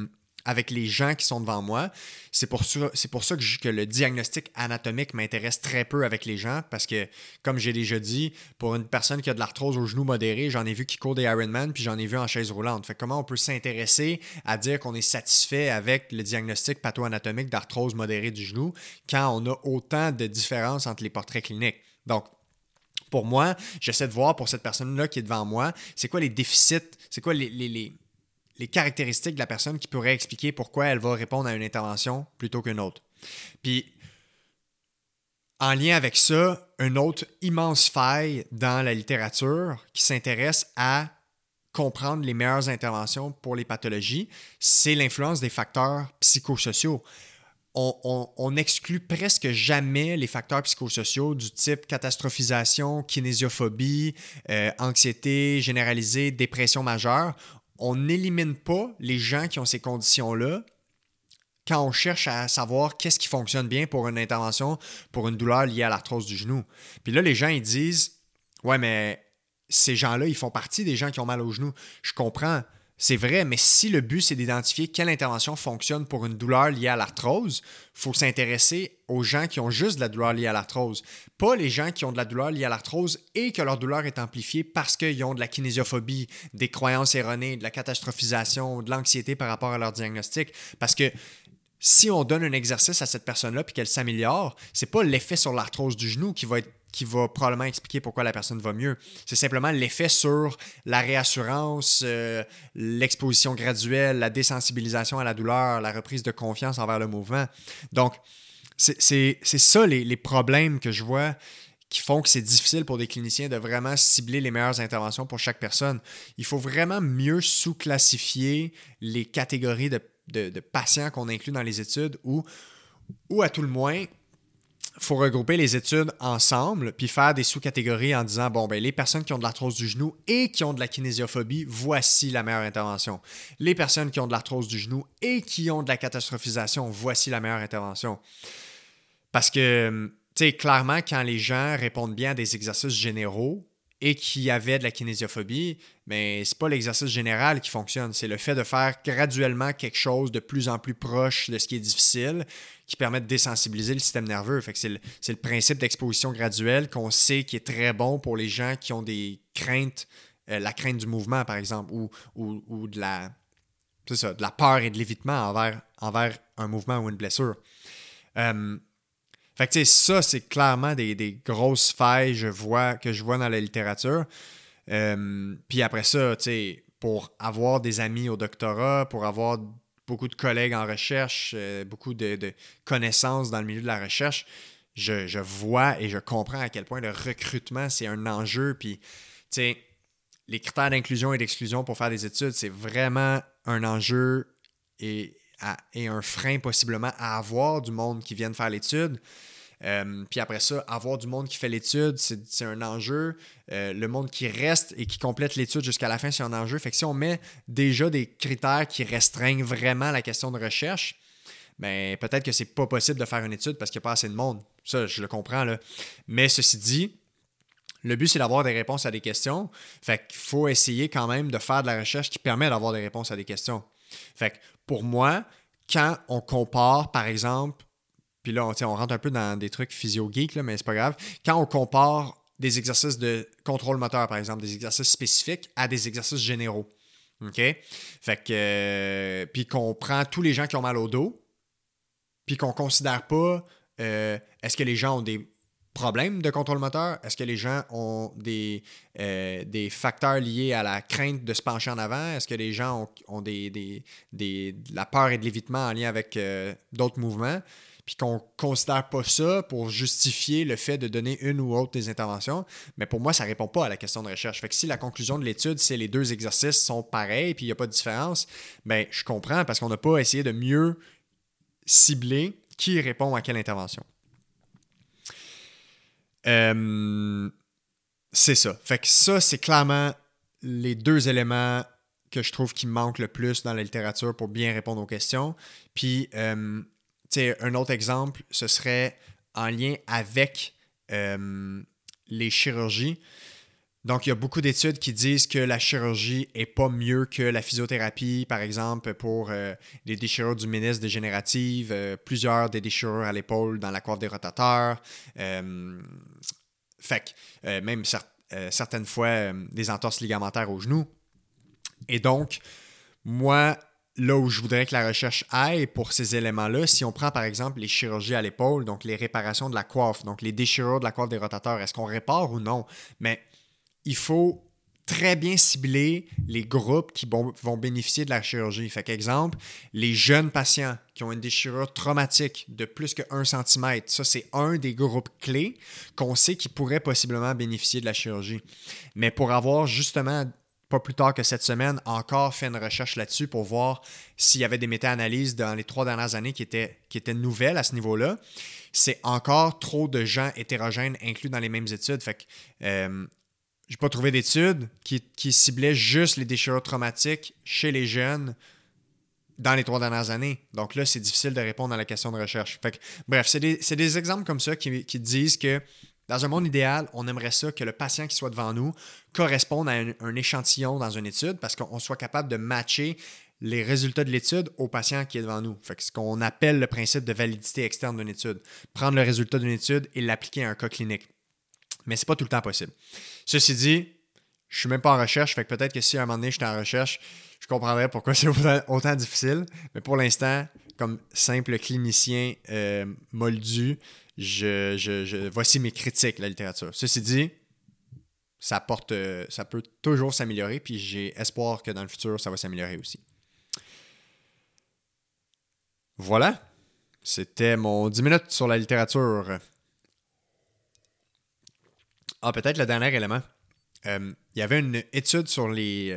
avec les gens qui sont devant moi. C'est pour ça que le diagnostic anatomique m'intéresse très peu avec les gens, parce que, comme j'ai déjà dit, pour une personne qui a de l'arthrose au genou modéré, j'en ai vu qui court des Ironman, puis j'en ai vu en chaise roulante. Fait que comment on peut s'intéresser à dire qu'on est satisfait avec le diagnostic patho-anatomique d'arthrose modérée du genou quand on a autant de différences entre les portraits cliniques? Donc, pour moi, j'essaie de voir pour cette personne-là qui est devant moi, c'est quoi les déficits, c'est quoi les caractéristiques de la personne qui pourrait expliquer pourquoi elle va répondre à une intervention plutôt qu'une autre. Puis, en lien avec ça, une autre immense faille dans la littérature qui s'intéresse à comprendre les meilleures interventions pour les pathologies, c'est l'influence des facteurs psychosociaux. On exclut presque jamais les facteurs psychosociaux du type catastrophisation, kinésiophobie, anxiété généralisée, dépression majeure. On n'élimine pas les gens qui ont ces conditions-là quand on cherche à savoir qu'est-ce qui fonctionne bien pour une intervention, pour une douleur liée à l'arthrose du genou. Puis là, les gens, ils disent « Ouais, mais ces gens-là, ils font partie des gens qui ont mal au genou. » Je comprends. c'est vrai, mais si le but, c'est d'identifier quelle intervention fonctionne pour une douleur liée à l'arthrose, il faut s'intéresser aux gens qui ont juste de la douleur liée à l'arthrose. Pas les gens qui ont de la douleur liée à l'arthrose et que leur douleur est amplifiée parce qu'ils ont de la kinésiophobie, des croyances erronées, de la catastrophisation, de l'anxiété par rapport à leur diagnostic. Parce que si on donne un exercice à cette personne-là puis qu'elle s'améliore, c'est pas l'effet sur l'arthrose du genou qui va probablement expliquer pourquoi la personne va mieux. C'est simplement l'effet sur la réassurance, l'exposition graduelle, la désensibilisation à la douleur, la reprise de confiance envers le mouvement. Donc, c'est ça les problèmes que je vois qui font que c'est difficile pour des cliniciens de vraiment cibler les meilleures interventions pour chaque personne. Il faut vraiment mieux sous-classifier les catégories de patients qu'on inclut dans les études ou à tout le moins, il faut regrouper les études ensemble puis faire des sous-catégories en disant, bon, ben les personnes qui ont de l'arthrose du genou et qui ont de la kinésiophobie, voici la meilleure intervention. Les personnes qui ont de l'arthrose du genou et qui ont de la catastrophisation, voici la meilleure intervention. Parce que, tu sais, clairement, quand les gens répondent bien à des exercices généraux et qui avaient de la kinésiophobie, mais c'est pas l'exercice général qui fonctionne, c'est le fait de faire graduellement quelque chose de plus en plus proche de ce qui est difficile qui permet de désensibiliser le système nerveux. Fait que c'est le principe d'exposition graduelle qu'on sait qui est très bon pour les gens qui ont des craintes, la crainte du mouvement, par exemple, ou de la peur et de l'évitement envers un mouvement ou une blessure. Fait que, tu sais, ça, c'est clairement des grosses failles que je vois dans la littérature. Puis après ça, tu sais, pour avoir des amis au doctorat, pour avoir beaucoup de collègues en recherche, beaucoup de connaissances dans le milieu de la recherche, je vois et je comprends à quel point le recrutement, c'est un enjeu. Puis, tu sais, les critères d'inclusion et d'exclusion pour faire des études, c'est vraiment un enjeu et un frein possiblement à avoir du monde qui vienne faire l'étude. Puis après ça, avoir du monde qui fait l'étude, c'est un enjeu. Le monde qui reste et qui complète l'étude jusqu'à la fin, c'est un enjeu. Fait que si on met déjà des critères qui restreignent vraiment la question de recherche, ben peut-être que c'est pas possible de faire une étude parce qu'il n'y a pas assez de monde. Ça, je le comprends, là. Mais ceci dit, le but, c'est d'avoir des réponses à des questions. Fait qu'il faut essayer quand même de faire de la recherche qui permet d'avoir des réponses à des questions. Fait que pour moi, quand on compare, par exemple, puis là, on rentre un peu dans des trucs physio-geeks, mais c'est pas grave. Quand on compare des exercices de contrôle moteur, par exemple, des exercices spécifiques à des exercices généraux. OK? Fait que, puis qu'on prend tous les gens qui ont mal au dos, puis qu'on considère pas est-ce que les gens ont des problèmes de contrôle moteur? Est-ce que les gens ont des facteurs liés à la crainte de se pencher en avant? Est-ce que les gens ont de la peur et de l'évitement en lien avec d'autres mouvements? Puis qu'on ne considère pas ça pour justifier le fait de donner une ou autre des interventions, mais pour moi, ça ne répond pas à la question de recherche. Fait que si la conclusion de l'étude, c'est les deux exercices sont pareils puis il n'y a pas de différence, bien, je comprends parce qu'on n'a pas essayé de mieux cibler qui répond à quelle intervention. C'est ça. Fait que ça, c'est clairement les deux éléments que je trouve qui manquent le plus dans la littérature pour bien répondre aux questions. Puis, un autre exemple, ce serait en lien avec les chirurgies. Donc, il y a beaucoup d'études qui disent que la chirurgie n'est pas mieux que la physiothérapie, par exemple, pour les déchirures du ménisque dégénératives, plusieurs des déchirures à l'épaule dans la coiffe des rotateurs. Même certaines fois, des entorses ligamentaires au genou. Et donc, moi, là où je voudrais que la recherche aille pour ces éléments-là, si on prend par exemple les chirurgies à l'épaule, donc les réparations de la coiffe, donc les déchirures de la coiffe des rotateurs, est-ce qu'on répare ou non? Mais il faut très bien cibler les groupes qui vont bénéficier de la chirurgie. Fait qu'exemple, les jeunes patients qui ont une déchirure traumatique de plus que 1 cm, ça c'est un des groupes clés qu'on sait qui pourraient possiblement bénéficier de la chirurgie. Mais pour avoir justement pas plus tard que cette semaine, encore fait une recherche là-dessus pour voir s'il y avait des méta-analyses dans les 3 dernières années qui étaient nouvelles à ce niveau-là. C'est encore trop de gens hétérogènes inclus dans les mêmes études. Fait que j'ai pas trouvé d'études qui ciblaient juste les déchirures traumatiques chez les jeunes dans les 3 dernières années. Donc là, c'est difficile de répondre à la question de recherche. Fait que, bref, c'est des exemples comme ça qui disent que Dans un monde idéal, on aimerait ça que le patient qui soit devant nous corresponde à un échantillon dans une étude parce qu'on soit capable de matcher les résultats de l'étude au patient qui est devant nous. Fait que ce qu'on appelle le principe de validité externe d'une étude. Prendre le résultat d'une étude et l'appliquer à un cas clinique. Mais c'est pas tout le temps possible. Ceci dit, je suis même pas en recherche, fait que peut-être que si à un moment donné j'étais en recherche, je comprendrais pourquoi c'est autant difficile. Mais pour l'instant, comme simple clinicien moldu, voici mes critiques de la littérature. Ceci dit, ça peut toujours s'améliorer, puis j'ai espoir que dans le futur, ça va s'améliorer aussi. Voilà, c'était mon 10 minutes sur la littérature. Ah, peut-être le dernier élément. Il y avait une étude sur il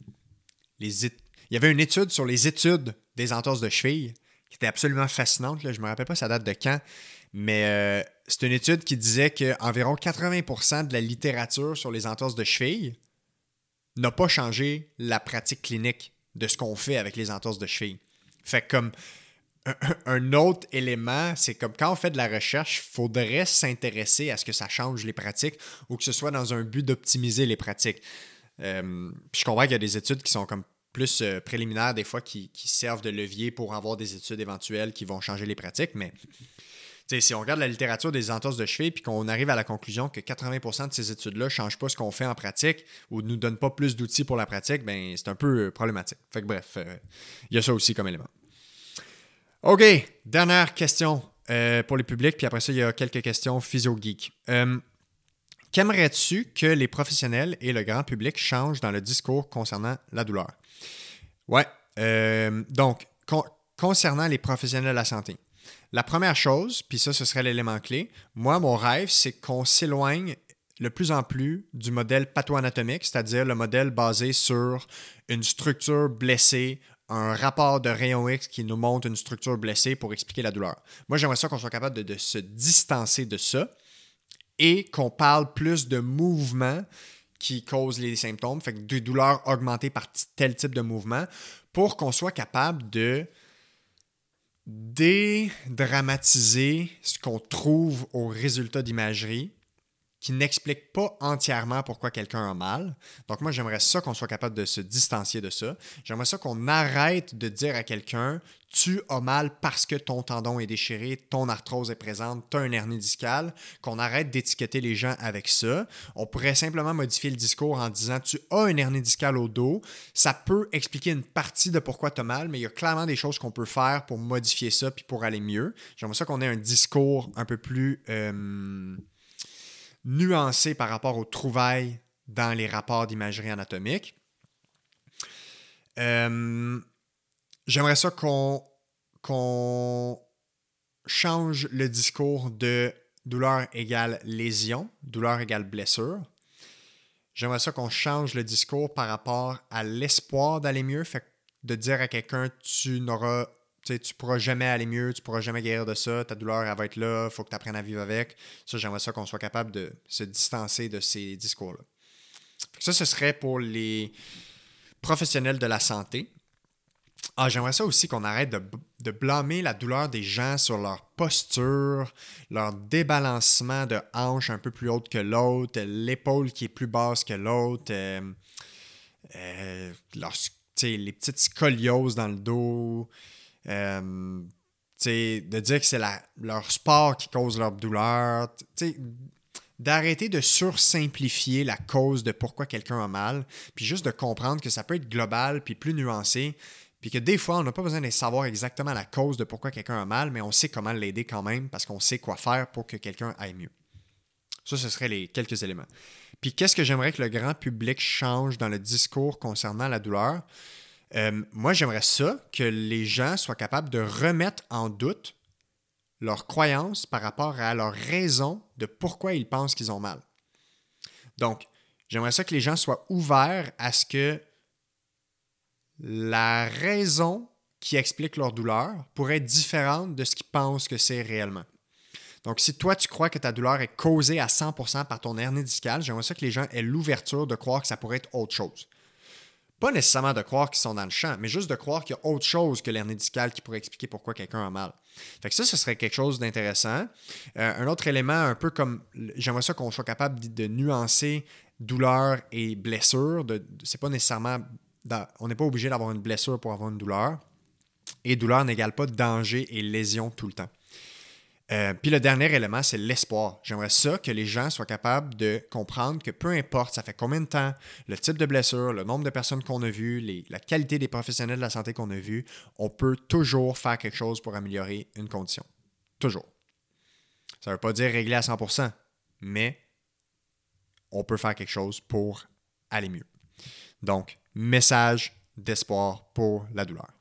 y avait une étude sur les études des entorses de cheville qui était absolument fascinante. Là. Je ne me rappelle pas ça date de quand, mais c'est une étude qui disait qu'environ 80% de la littérature sur les entorses de cheville n'a pas changé la pratique clinique de ce qu'on fait avec les entorses de cheville. Fait que comme un autre élément, c'est comme quand on fait de la recherche, il faudrait s'intéresser à ce que ça change les pratiques ou que ce soit dans un but d'optimiser les pratiques. Puis je comprends qu'il y a des études qui sont comme plus préliminaires des fois qui servent de levier pour avoir des études éventuelles qui vont changer les pratiques, mais si on regarde la littérature des entorses de cheville puis qu'on arrive à la conclusion que 80% de ces études-là ne changent pas ce qu'on fait en pratique ou ne nous donnent pas plus d'outils pour la pratique, ben c'est un peu problématique. Fait que bref, il y a ça aussi comme élément. OK, dernière question pour les publics, puis après ça, il y a quelques questions physio-geek. Qu'aimerais-tu que les professionnels et le grand public changent dans le discours concernant la douleur? Ouais, donc, concernant les professionnels de la santé, la première chose, puis ça, ce serait l'élément clé, moi, mon rêve, c'est qu'on s'éloigne de plus en plus du modèle patho-anatomique, c'est-à-dire le modèle basé sur une structure blessée, un rapport de rayon X qui nous montre une structure blessée pour expliquer la douleur. Moi, j'aimerais ça qu'on soit capable de se distancer de ça et qu'on parle plus de mouvements qui causent les symptômes, fait que de douleurs augmentées par tel type de mouvement, pour qu'on soit capable de dédramatiser ce qu'on trouve au résultat d'imagerie qui n'explique pas entièrement pourquoi quelqu'un a mal. Donc moi, j'aimerais ça qu'on soit capable de se distancier de ça. J'aimerais ça qu'on arrête de dire à quelqu'un « tu as mal parce que ton tendon est déchiré, ton arthrose est présente, tu as une hernie discale », qu'on arrête d'étiqueter les gens avec ça. On pourrait simplement modifier le discours en disant « tu as une hernie discale au dos », ça peut expliquer une partie de pourquoi tu as mal, mais il y a clairement des choses qu'on peut faire pour modifier ça puis pour aller mieux. J'aimerais ça qu'on ait un discours un peu plus nuancé par rapport aux trouvailles dans les rapports d'imagerie anatomique. J'aimerais ça qu'on change le discours de douleur égale lésion, douleur égale blessure. J'aimerais ça qu'on change le discours par rapport à l'espoir d'aller mieux, fait de dire à quelqu'un tu pourras jamais aller mieux, tu pourras jamais guérir de ça, ta douleur elle va être là, il faut que tu apprennes à vivre avec. Ça, j'aimerais ça qu'on soit capable de se distancer de ces discours-là. Ça, ce serait pour les professionnels de la santé. J'aimerais ça aussi qu'on arrête de blâmer la douleur des gens sur leur posture, leur débalancement de hanche un peu plus haute que l'autre, l'épaule qui est plus basse que l'autre, les petites scolioses dans le dos. De dire que c'est leur sport qui cause leur douleur, d'arrêter de sursimplifier la cause de pourquoi quelqu'un a mal, puis juste de comprendre que ça peut être global puis plus nuancé, puis que des fois, on n'a pas besoin de savoir exactement la cause de pourquoi quelqu'un a mal, mais on sait comment l'aider quand même parce qu'on sait quoi faire pour que quelqu'un aille mieux. Ça, ce serait les quelques éléments. Puis qu'est-ce que j'aimerais que le grand public change dans le discours concernant la douleur? Moi, j'aimerais ça que les gens soient capables de remettre en doute leurs croyances par rapport à leur raison de pourquoi ils pensent qu'ils ont mal. Donc, j'aimerais ça que les gens soient ouverts à ce que la raison qui explique leur douleur pourrait être différente de ce qu'ils pensent que c'est réellement. Donc, si toi, tu crois que ta douleur est causée à 100% par ton hernie discale, j'aimerais ça que les gens aient l'ouverture de croire que ça pourrait être autre chose. Pas nécessairement de croire qu'ils sont dans le champ, mais juste de croire qu'il y a autre chose que l'hernie discale qui pourrait expliquer pourquoi quelqu'un a mal. Fait que ça, ce serait quelque chose d'intéressant. Un autre élément, un peu comme, j'aimerais ça qu'on soit capable de nuancer douleur et blessure. C'est pas nécessairement, on n'est pas obligé d'avoir une blessure pour avoir une douleur. Et douleur n'égale pas danger et lésion tout le temps. Puis le dernier élément, c'est l'espoir. J'aimerais ça que les gens soient capables de comprendre que peu importe, ça fait combien de temps, le type de blessure, le nombre de personnes qu'on a vues, la qualité des professionnels de la santé qu'on a vus, on peut toujours faire quelque chose pour améliorer une condition. Toujours. Ça ne veut pas dire régler à 100%, mais on peut faire quelque chose pour aller mieux. Donc, message d'espoir pour la douleur.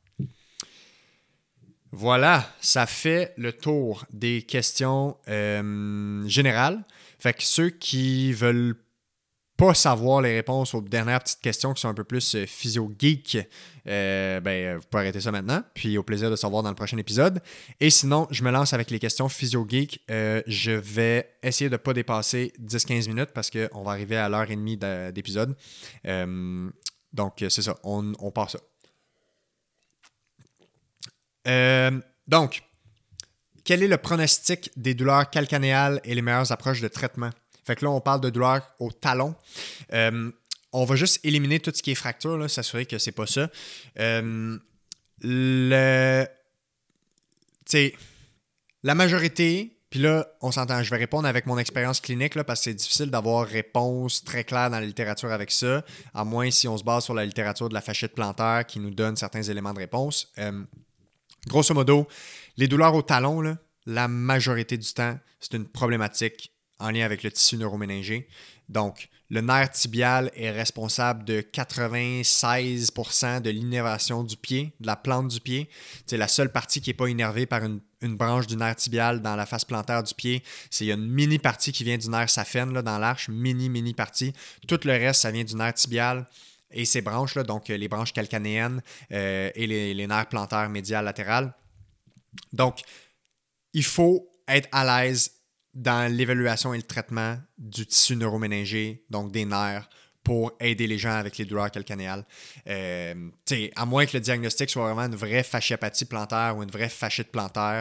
Voilà, ça fait le tour des questions générales. Fait que ceux qui veulent pas savoir les réponses aux dernières petites questions qui sont un peu plus physio-geek, vous pouvez arrêter ça maintenant. Puis au plaisir de savoir dans le prochain épisode. Et sinon, je me lance avec les questions physio-geek. Je vais essayer de ne pas dépasser 10-15 minutes parce qu'on va arriver à l'heure et demie d'épisode. Donc, c'est ça, on part ça. Donc, quel est le pronostic des douleurs calcanéales et les meilleures approches de traitement? Fait que là, on parle de douleurs au talon. On va juste éliminer tout ce qui est fracture, là, s'assurer que c'est pas ça. La majorité, puis là, on s'entend, je vais répondre avec mon expérience clinique là, parce que c'est difficile d'avoir réponse très claire dans la littérature avec ça, à moins si on se base sur la littérature de la fasciite plantaire qui nous donne certains éléments de réponse. Grosso modo, les douleurs au talon, là, la majorité du temps, c'est une problématique en lien avec le tissu neuroméningé. Donc, le nerf tibial est responsable de 96% de l'innervation du pied, de la plante du pied. C'est la seule partie qui n'est pas innervée par une branche du nerf tibial dans la face plantaire du pied. Il y a une mini partie qui vient du nerf saphène là, dans l'arche, mini partie. Tout le reste, ça vient du nerf tibial. Et ces branches-là, donc les branches calcanéennes et les nerfs plantaires médial latérales. Donc, il faut être à l'aise dans l'évaluation et le traitement du tissu neuroméningé, donc des nerfs, pour aider les gens avec les douleurs calcanéales. À moins que le diagnostic soit vraiment une vraie fasciopathie plantaire ou une vraie fasciite plantaire.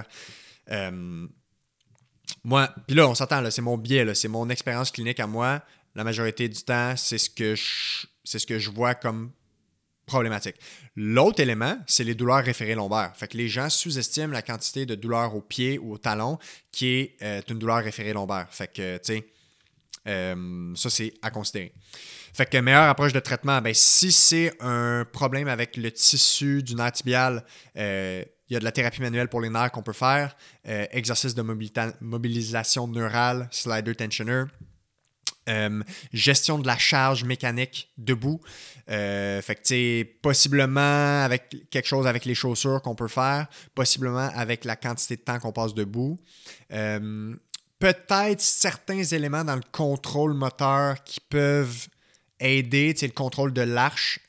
Moi, puis là, on s'entend, là, c'est mon biais, là, c'est mon expérience clinique à moi. La majorité du temps, c'est ce que je vois comme problématique. L'autre élément, c'est les douleurs référées lombaires. Fait que les gens sous-estiment la quantité de douleurs au pied ou au talon qui est une douleur référée lombaire. Fait que, tu sais, ça, c'est à considérer. Fait que meilleure approche de traitement, si c'est un problème avec le tissu du nerf tibial, il y a de la thérapie manuelle pour les nerfs qu'on peut faire, exercice de mobilisation neurale, slider tensioner, gestion de la charge mécanique debout. Fait que, tu sais, possiblement avec quelque chose avec les chaussures qu'on peut faire, possiblement avec la quantité de temps qu'on passe debout. Peut-être certains éléments dans le contrôle moteur qui peuvent aider, tu sais, le contrôle de l'arche.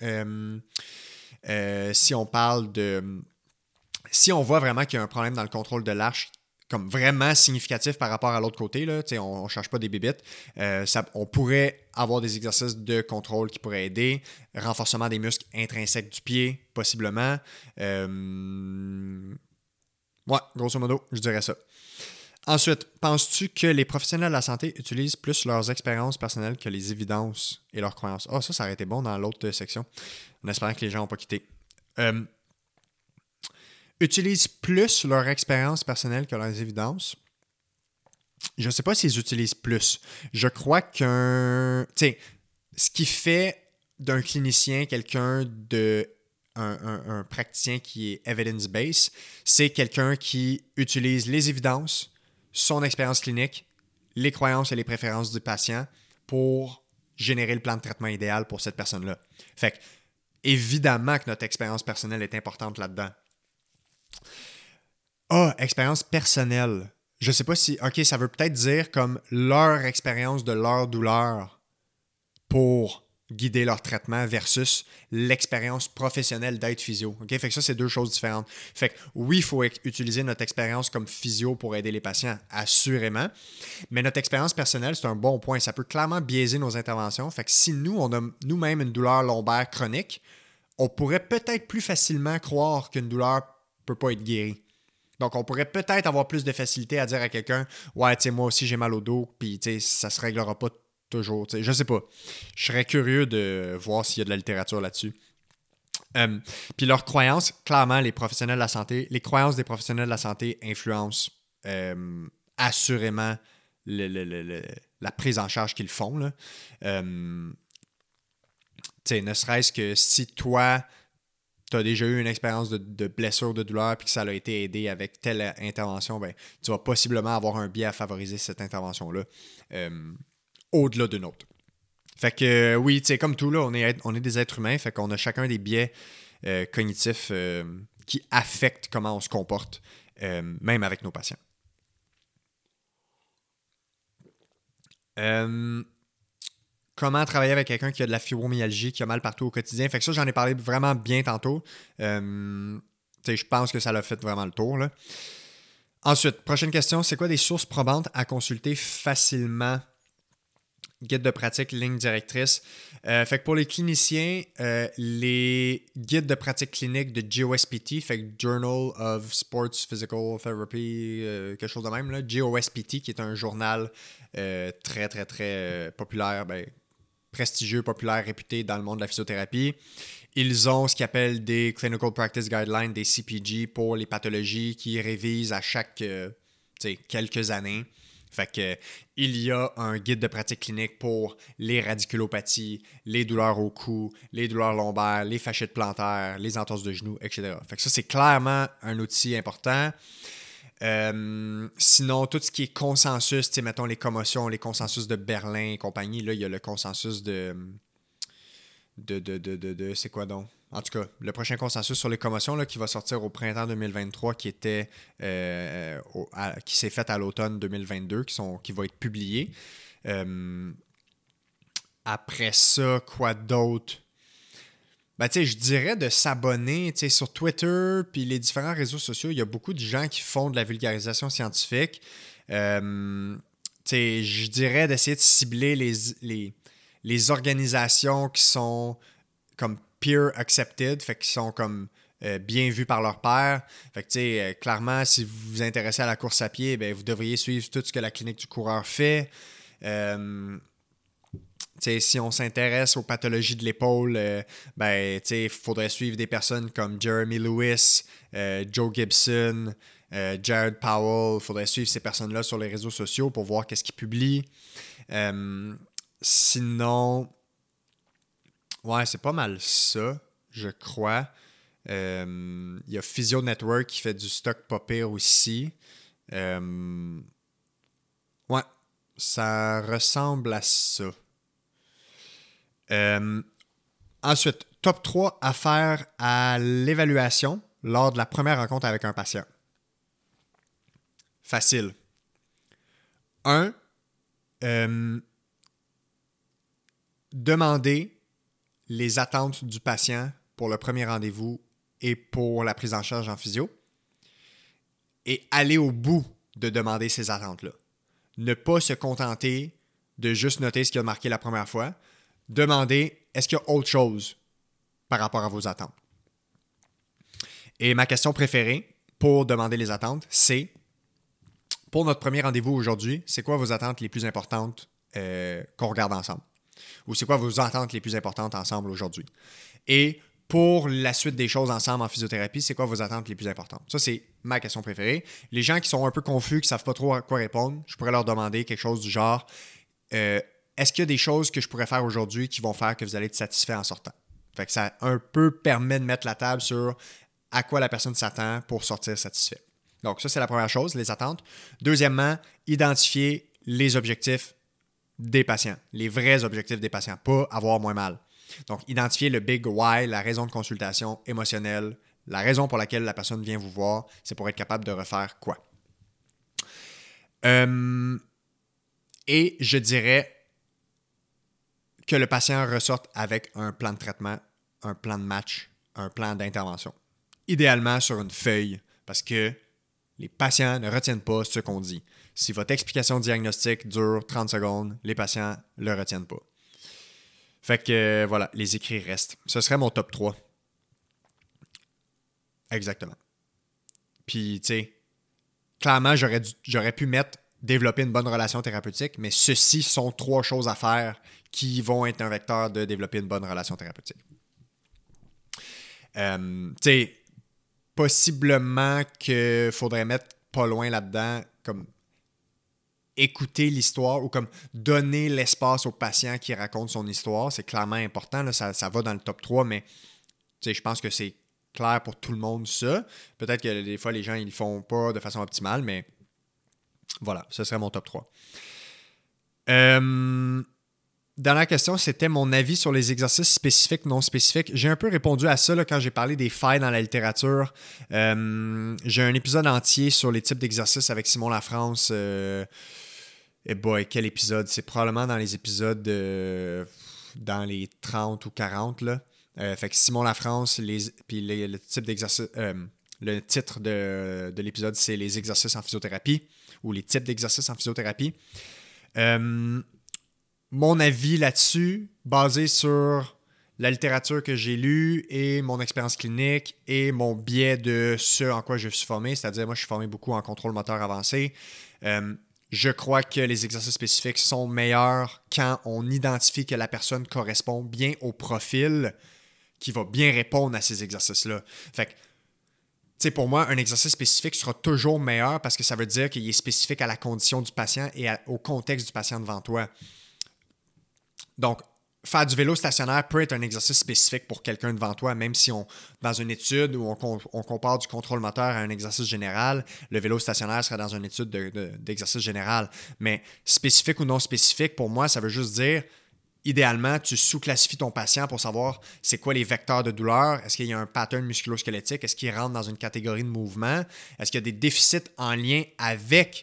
Si on parle de... Si on voit vraiment qu'il y a un problème dans le contrôle de l'arche, comme vraiment significatif par rapport à l'autre côté, là, on ne cherche pas des bébites, on pourrait avoir des exercices de contrôle qui pourraient aider, renforcement des muscles intrinsèques du pied, possiblement. Ouais, grosso modo, je dirais ça. Ensuite, penses-tu que les professionnels de la santé utilisent plus leurs expériences personnelles que les évidences et leurs croyances? Ah, ça aurait été bon dans l'autre section, en espérant que les gens n'ont pas quitté. Utilisent plus leur expérience personnelle que leurs évidences. Je ne sais pas s'ils utilisent plus. Je crois ce qui fait d'un clinicien quelqu'un de un praticien qui est evidence-based, c'est quelqu'un qui utilise les évidences, son expérience clinique, les croyances et les préférences du patient pour générer le plan de traitement idéal pour cette personne-là. Fait que, évidemment que notre expérience personnelle est importante là-dedans. Expérience personnelle. Je sais pas si... OK, ça veut peut-être dire comme leur expérience de leur douleur pour guider leur traitement versus l'expérience professionnelle d'être physio. Okay? Fait que ça, c'est deux choses différentes. Fait que oui, il faut utiliser notre expérience comme physio pour aider les patients, assurément. Mais notre expérience personnelle, c'est un bon point. Ça peut clairement biaiser nos interventions. Fait que si nous, on a nous-mêmes une douleur lombaire chronique, on pourrait peut-être plus facilement croire qu'une douleur ne peut pas être guérie. Donc, on pourrait peut-être avoir plus de facilité à dire à quelqu'un « Ouais, tu sais, moi aussi, j'ai mal au dos, puis tu sais, ça se réglera pas toujours. » Je sais pas. Je serais curieux de voir s'il y a de la littérature là-dessus. Puis leurs croyances, clairement, les professionnels de la santé, les croyances des professionnels de la santé influencent assurément la prise en charge qu'ils font. Là. Ne serait-ce que si toi, tu as déjà eu une expérience de blessure, de douleur, puis que ça a été aidé avec telle intervention, ben, tu vas possiblement avoir un biais à favoriser cette intervention-là au-delà d'une autre. Fait que oui, comme tout, là, on est des êtres humains, fait qu'on a chacun des biais cognitifs qui affectent comment on se comporte, même avec nos patients. Comment travailler avec quelqu'un qui a de la fibromyalgie, qui a mal partout au quotidien. Fait que ça, j'en ai parlé vraiment bien tantôt. Je pense que ça l'a fait vraiment le tour. Là. Ensuite, prochaine question, c'est quoi des sources probantes à consulter facilement? Guide de pratique, ligne directrice. Fait que pour les cliniciens, les guides de pratique clinique de JOSPT, fait que Journal of Sports Physical Therapy, quelque chose de même, là, JOSPT, qui est un journal très, très, très populaire, prestigieux, populaire, réputé dans le monde de la physiothérapie. Ils ont ce qu'ils appellent des Clinical Practice Guidelines, des CPG, pour les pathologies qui révisent à chaque quelques années. Fait que il y a un guide de pratique clinique pour les radiculopathies, les douleurs au cou, les douleurs lombaires, les fasciites plantaires, les entorses de genoux, etc. Fait que ça, c'est clairement un outil important. Sinon, tout ce qui est consensus, mettons les commotions, les consensus de Berlin et compagnie, là, il y a le consensus de c'est quoi donc? En tout cas, le prochain consensus sur les commotions là, qui va sortir au printemps 2023, qui s'est fait à l'automne 2022, qui va être publié. Après ça, quoi d'autre? Je dirais de s'abonner sur Twitter puis les différents réseaux sociaux. Il y a beaucoup de gens qui font de la vulgarisation scientifique. Je dirais d'essayer de cibler les organisations qui sont comme peer accepted, fait qu'ils sont comme bien vus par leur pairs. Fait que clairement, si vous vous intéressez à la course à pied, vous devriez suivre tout ce que la clinique du coureur fait. Si on s'intéresse aux pathologies de l'épaule, il faudrait suivre des personnes comme Jeremy Lewis, Joe Gibson, Jared Powell. Il faudrait suivre ces personnes-là sur les réseaux sociaux pour voir qu'est-ce qu'ils publient. Sinon, ouais, c'est pas mal ça, je crois. Il y a Physio Network qui fait du stock pas pire aussi. Ouais, ça ressemble à ça. Ensuite, top 3 à faire à l'évaluation lors de la première rencontre avec un patient. Facile. 1. Demander les attentes du patient pour le premier rendez-vous et pour la prise en charge en physio. Et aller au bout de demander ces attentes-là. Ne pas se contenter de juste noter ce qu'il a marqué la première fois. Demander, est-ce qu'il y a autre chose par rapport à vos attentes? Et ma question préférée pour demander les attentes, c'est, pour notre premier rendez-vous aujourd'hui, c'est quoi vos attentes les plus importantes qu'on regarde ensemble? Ou c'est quoi vos attentes les plus importantes ensemble aujourd'hui? Et pour la suite des choses ensemble en physiothérapie, c'est quoi vos attentes les plus importantes? Ça, c'est ma question préférée. Les gens qui sont un peu confus, qui ne savent pas trop à quoi répondre, je pourrais leur demander quelque chose du genre est-ce qu'il y a des choses que je pourrais faire aujourd'hui qui vont faire que vous allez être satisfait en sortant? Fait que ça un peu permet de mettre la table sur à quoi la personne s'attend pour sortir satisfait. Donc, ça, c'est la première chose, les attentes. Deuxièmement, identifier les objectifs des patients, les vrais objectifs des patients, pas avoir moins mal. Donc, identifier le big why, la raison de consultation émotionnelle, la raison pour laquelle la personne vient vous voir, c'est pour être capable de refaire quoi? Et je dirais que le patient ressorte avec un plan de traitement, un plan de match, un plan d'intervention. Idéalement sur une feuille, parce que les patients ne retiennent pas ce qu'on dit. Si votre explication diagnostique dure 30 secondes, les patients ne le retiennent pas. Fait que voilà, les écrits restent. Ce serait mon top 3. Exactement. Puis, tu sais, clairement, j'aurais pu mettre développer une bonne relation thérapeutique, mais ceci sont 3 choses à faire qui vont être un vecteur de développer une bonne relation thérapeutique. Tu sais, possiblement qu'il faudrait mettre pas loin là-dedans, comme écouter l'histoire ou comme donner l'espace au patient qui raconte son histoire. C'est clairement important, là, ça va dans le top 3, mais je pense que c'est clair pour tout le monde ça. Peut-être que des fois, les gens ils le font pas de façon optimale, mais voilà, ce serait mon top 3. Dernière question, c'était mon avis sur les exercices spécifiques, non spécifiques. J'ai un peu répondu à ça là, quand j'ai parlé des failles dans la littérature. J'ai un épisode entier sur les types d'exercices avec Simon Lafrance. Et boy, quel épisode? C'est probablement dans les épisodes dans les 30 ou 40. Là. Fait que Simon Lafrance, puis le type d'exercice... le titre de l'épisode, c'est les exercices en physiothérapie ou les types d'exercices en physiothérapie. Mon avis là-dessus, basé sur la littérature que j'ai lue et mon expérience clinique et mon biais de ce en quoi je suis formé, c'est-à-dire moi je suis formé beaucoup en contrôle moteur avancé. Je crois que les exercices spécifiques sont meilleurs quand on identifie que la personne correspond bien au profil qui va bien répondre à ces exercices-là. Fait que, tu sais, pour moi, un exercice spécifique sera toujours meilleur parce que ça veut dire qu'il est spécifique à la condition du patient et au contexte du patient devant toi. Donc, faire du vélo stationnaire peut être un exercice spécifique pour quelqu'un devant toi, même si dans une étude où on compare du contrôle moteur à un exercice général, le vélo stationnaire serait dans une étude d'exercice général. Mais spécifique ou non spécifique, pour moi, ça veut juste dire, idéalement, tu sous-classifies ton patient pour savoir c'est quoi les vecteurs de douleur, est-ce qu'il y a un pattern musculo-squelettique, est-ce qu'il rentre dans une catégorie de mouvement, est-ce qu'il y a des déficits en lien avec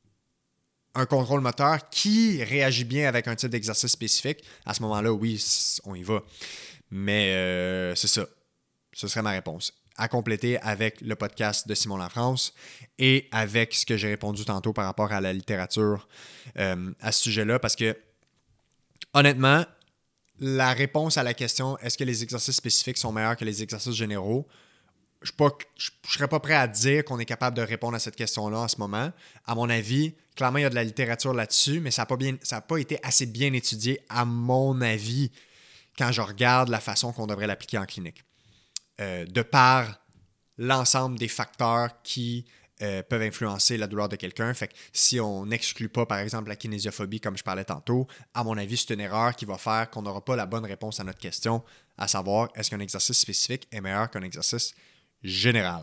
un contrôle moteur qui réagit bien avec un type d'exercice spécifique, à ce moment-là, oui, on y va. Mais c'est ça. Ce serait ma réponse. À compléter avec le podcast de Simon Lafrance et avec ce que j'ai répondu tantôt par rapport à la littérature à ce sujet-là, parce que honnêtement, la réponse à la question « Est-ce que les exercices spécifiques sont meilleurs que les exercices généraux? » Je ne serais pas prêt à dire qu'on est capable de répondre à cette question-là en ce moment. À mon avis, clairement, il y a de la littérature là-dessus, mais ça n'a pas été assez bien étudié, à mon avis, quand je regarde la façon qu'on devrait l'appliquer en clinique. De par l'ensemble des facteurs qui peuvent influencer la douleur de quelqu'un. Fait que si on n'exclut pas, par exemple, la kinésiophobie, comme je parlais tantôt, à mon avis, c'est une erreur qui va faire qu'on n'aura pas la bonne réponse à notre question, à savoir, est-ce qu'un exercice spécifique est meilleur qu'un exercice général.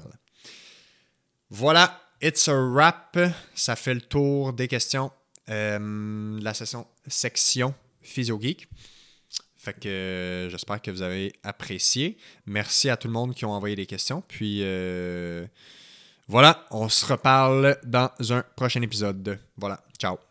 Voilà, it's a wrap. Ça fait le tour des questions de la section Physio Geek. Fait que j'espère que vous avez apprécié. Merci à tout le monde qui ont envoyé des questions. Puis voilà, on se reparle dans un prochain épisode. Voilà, ciao.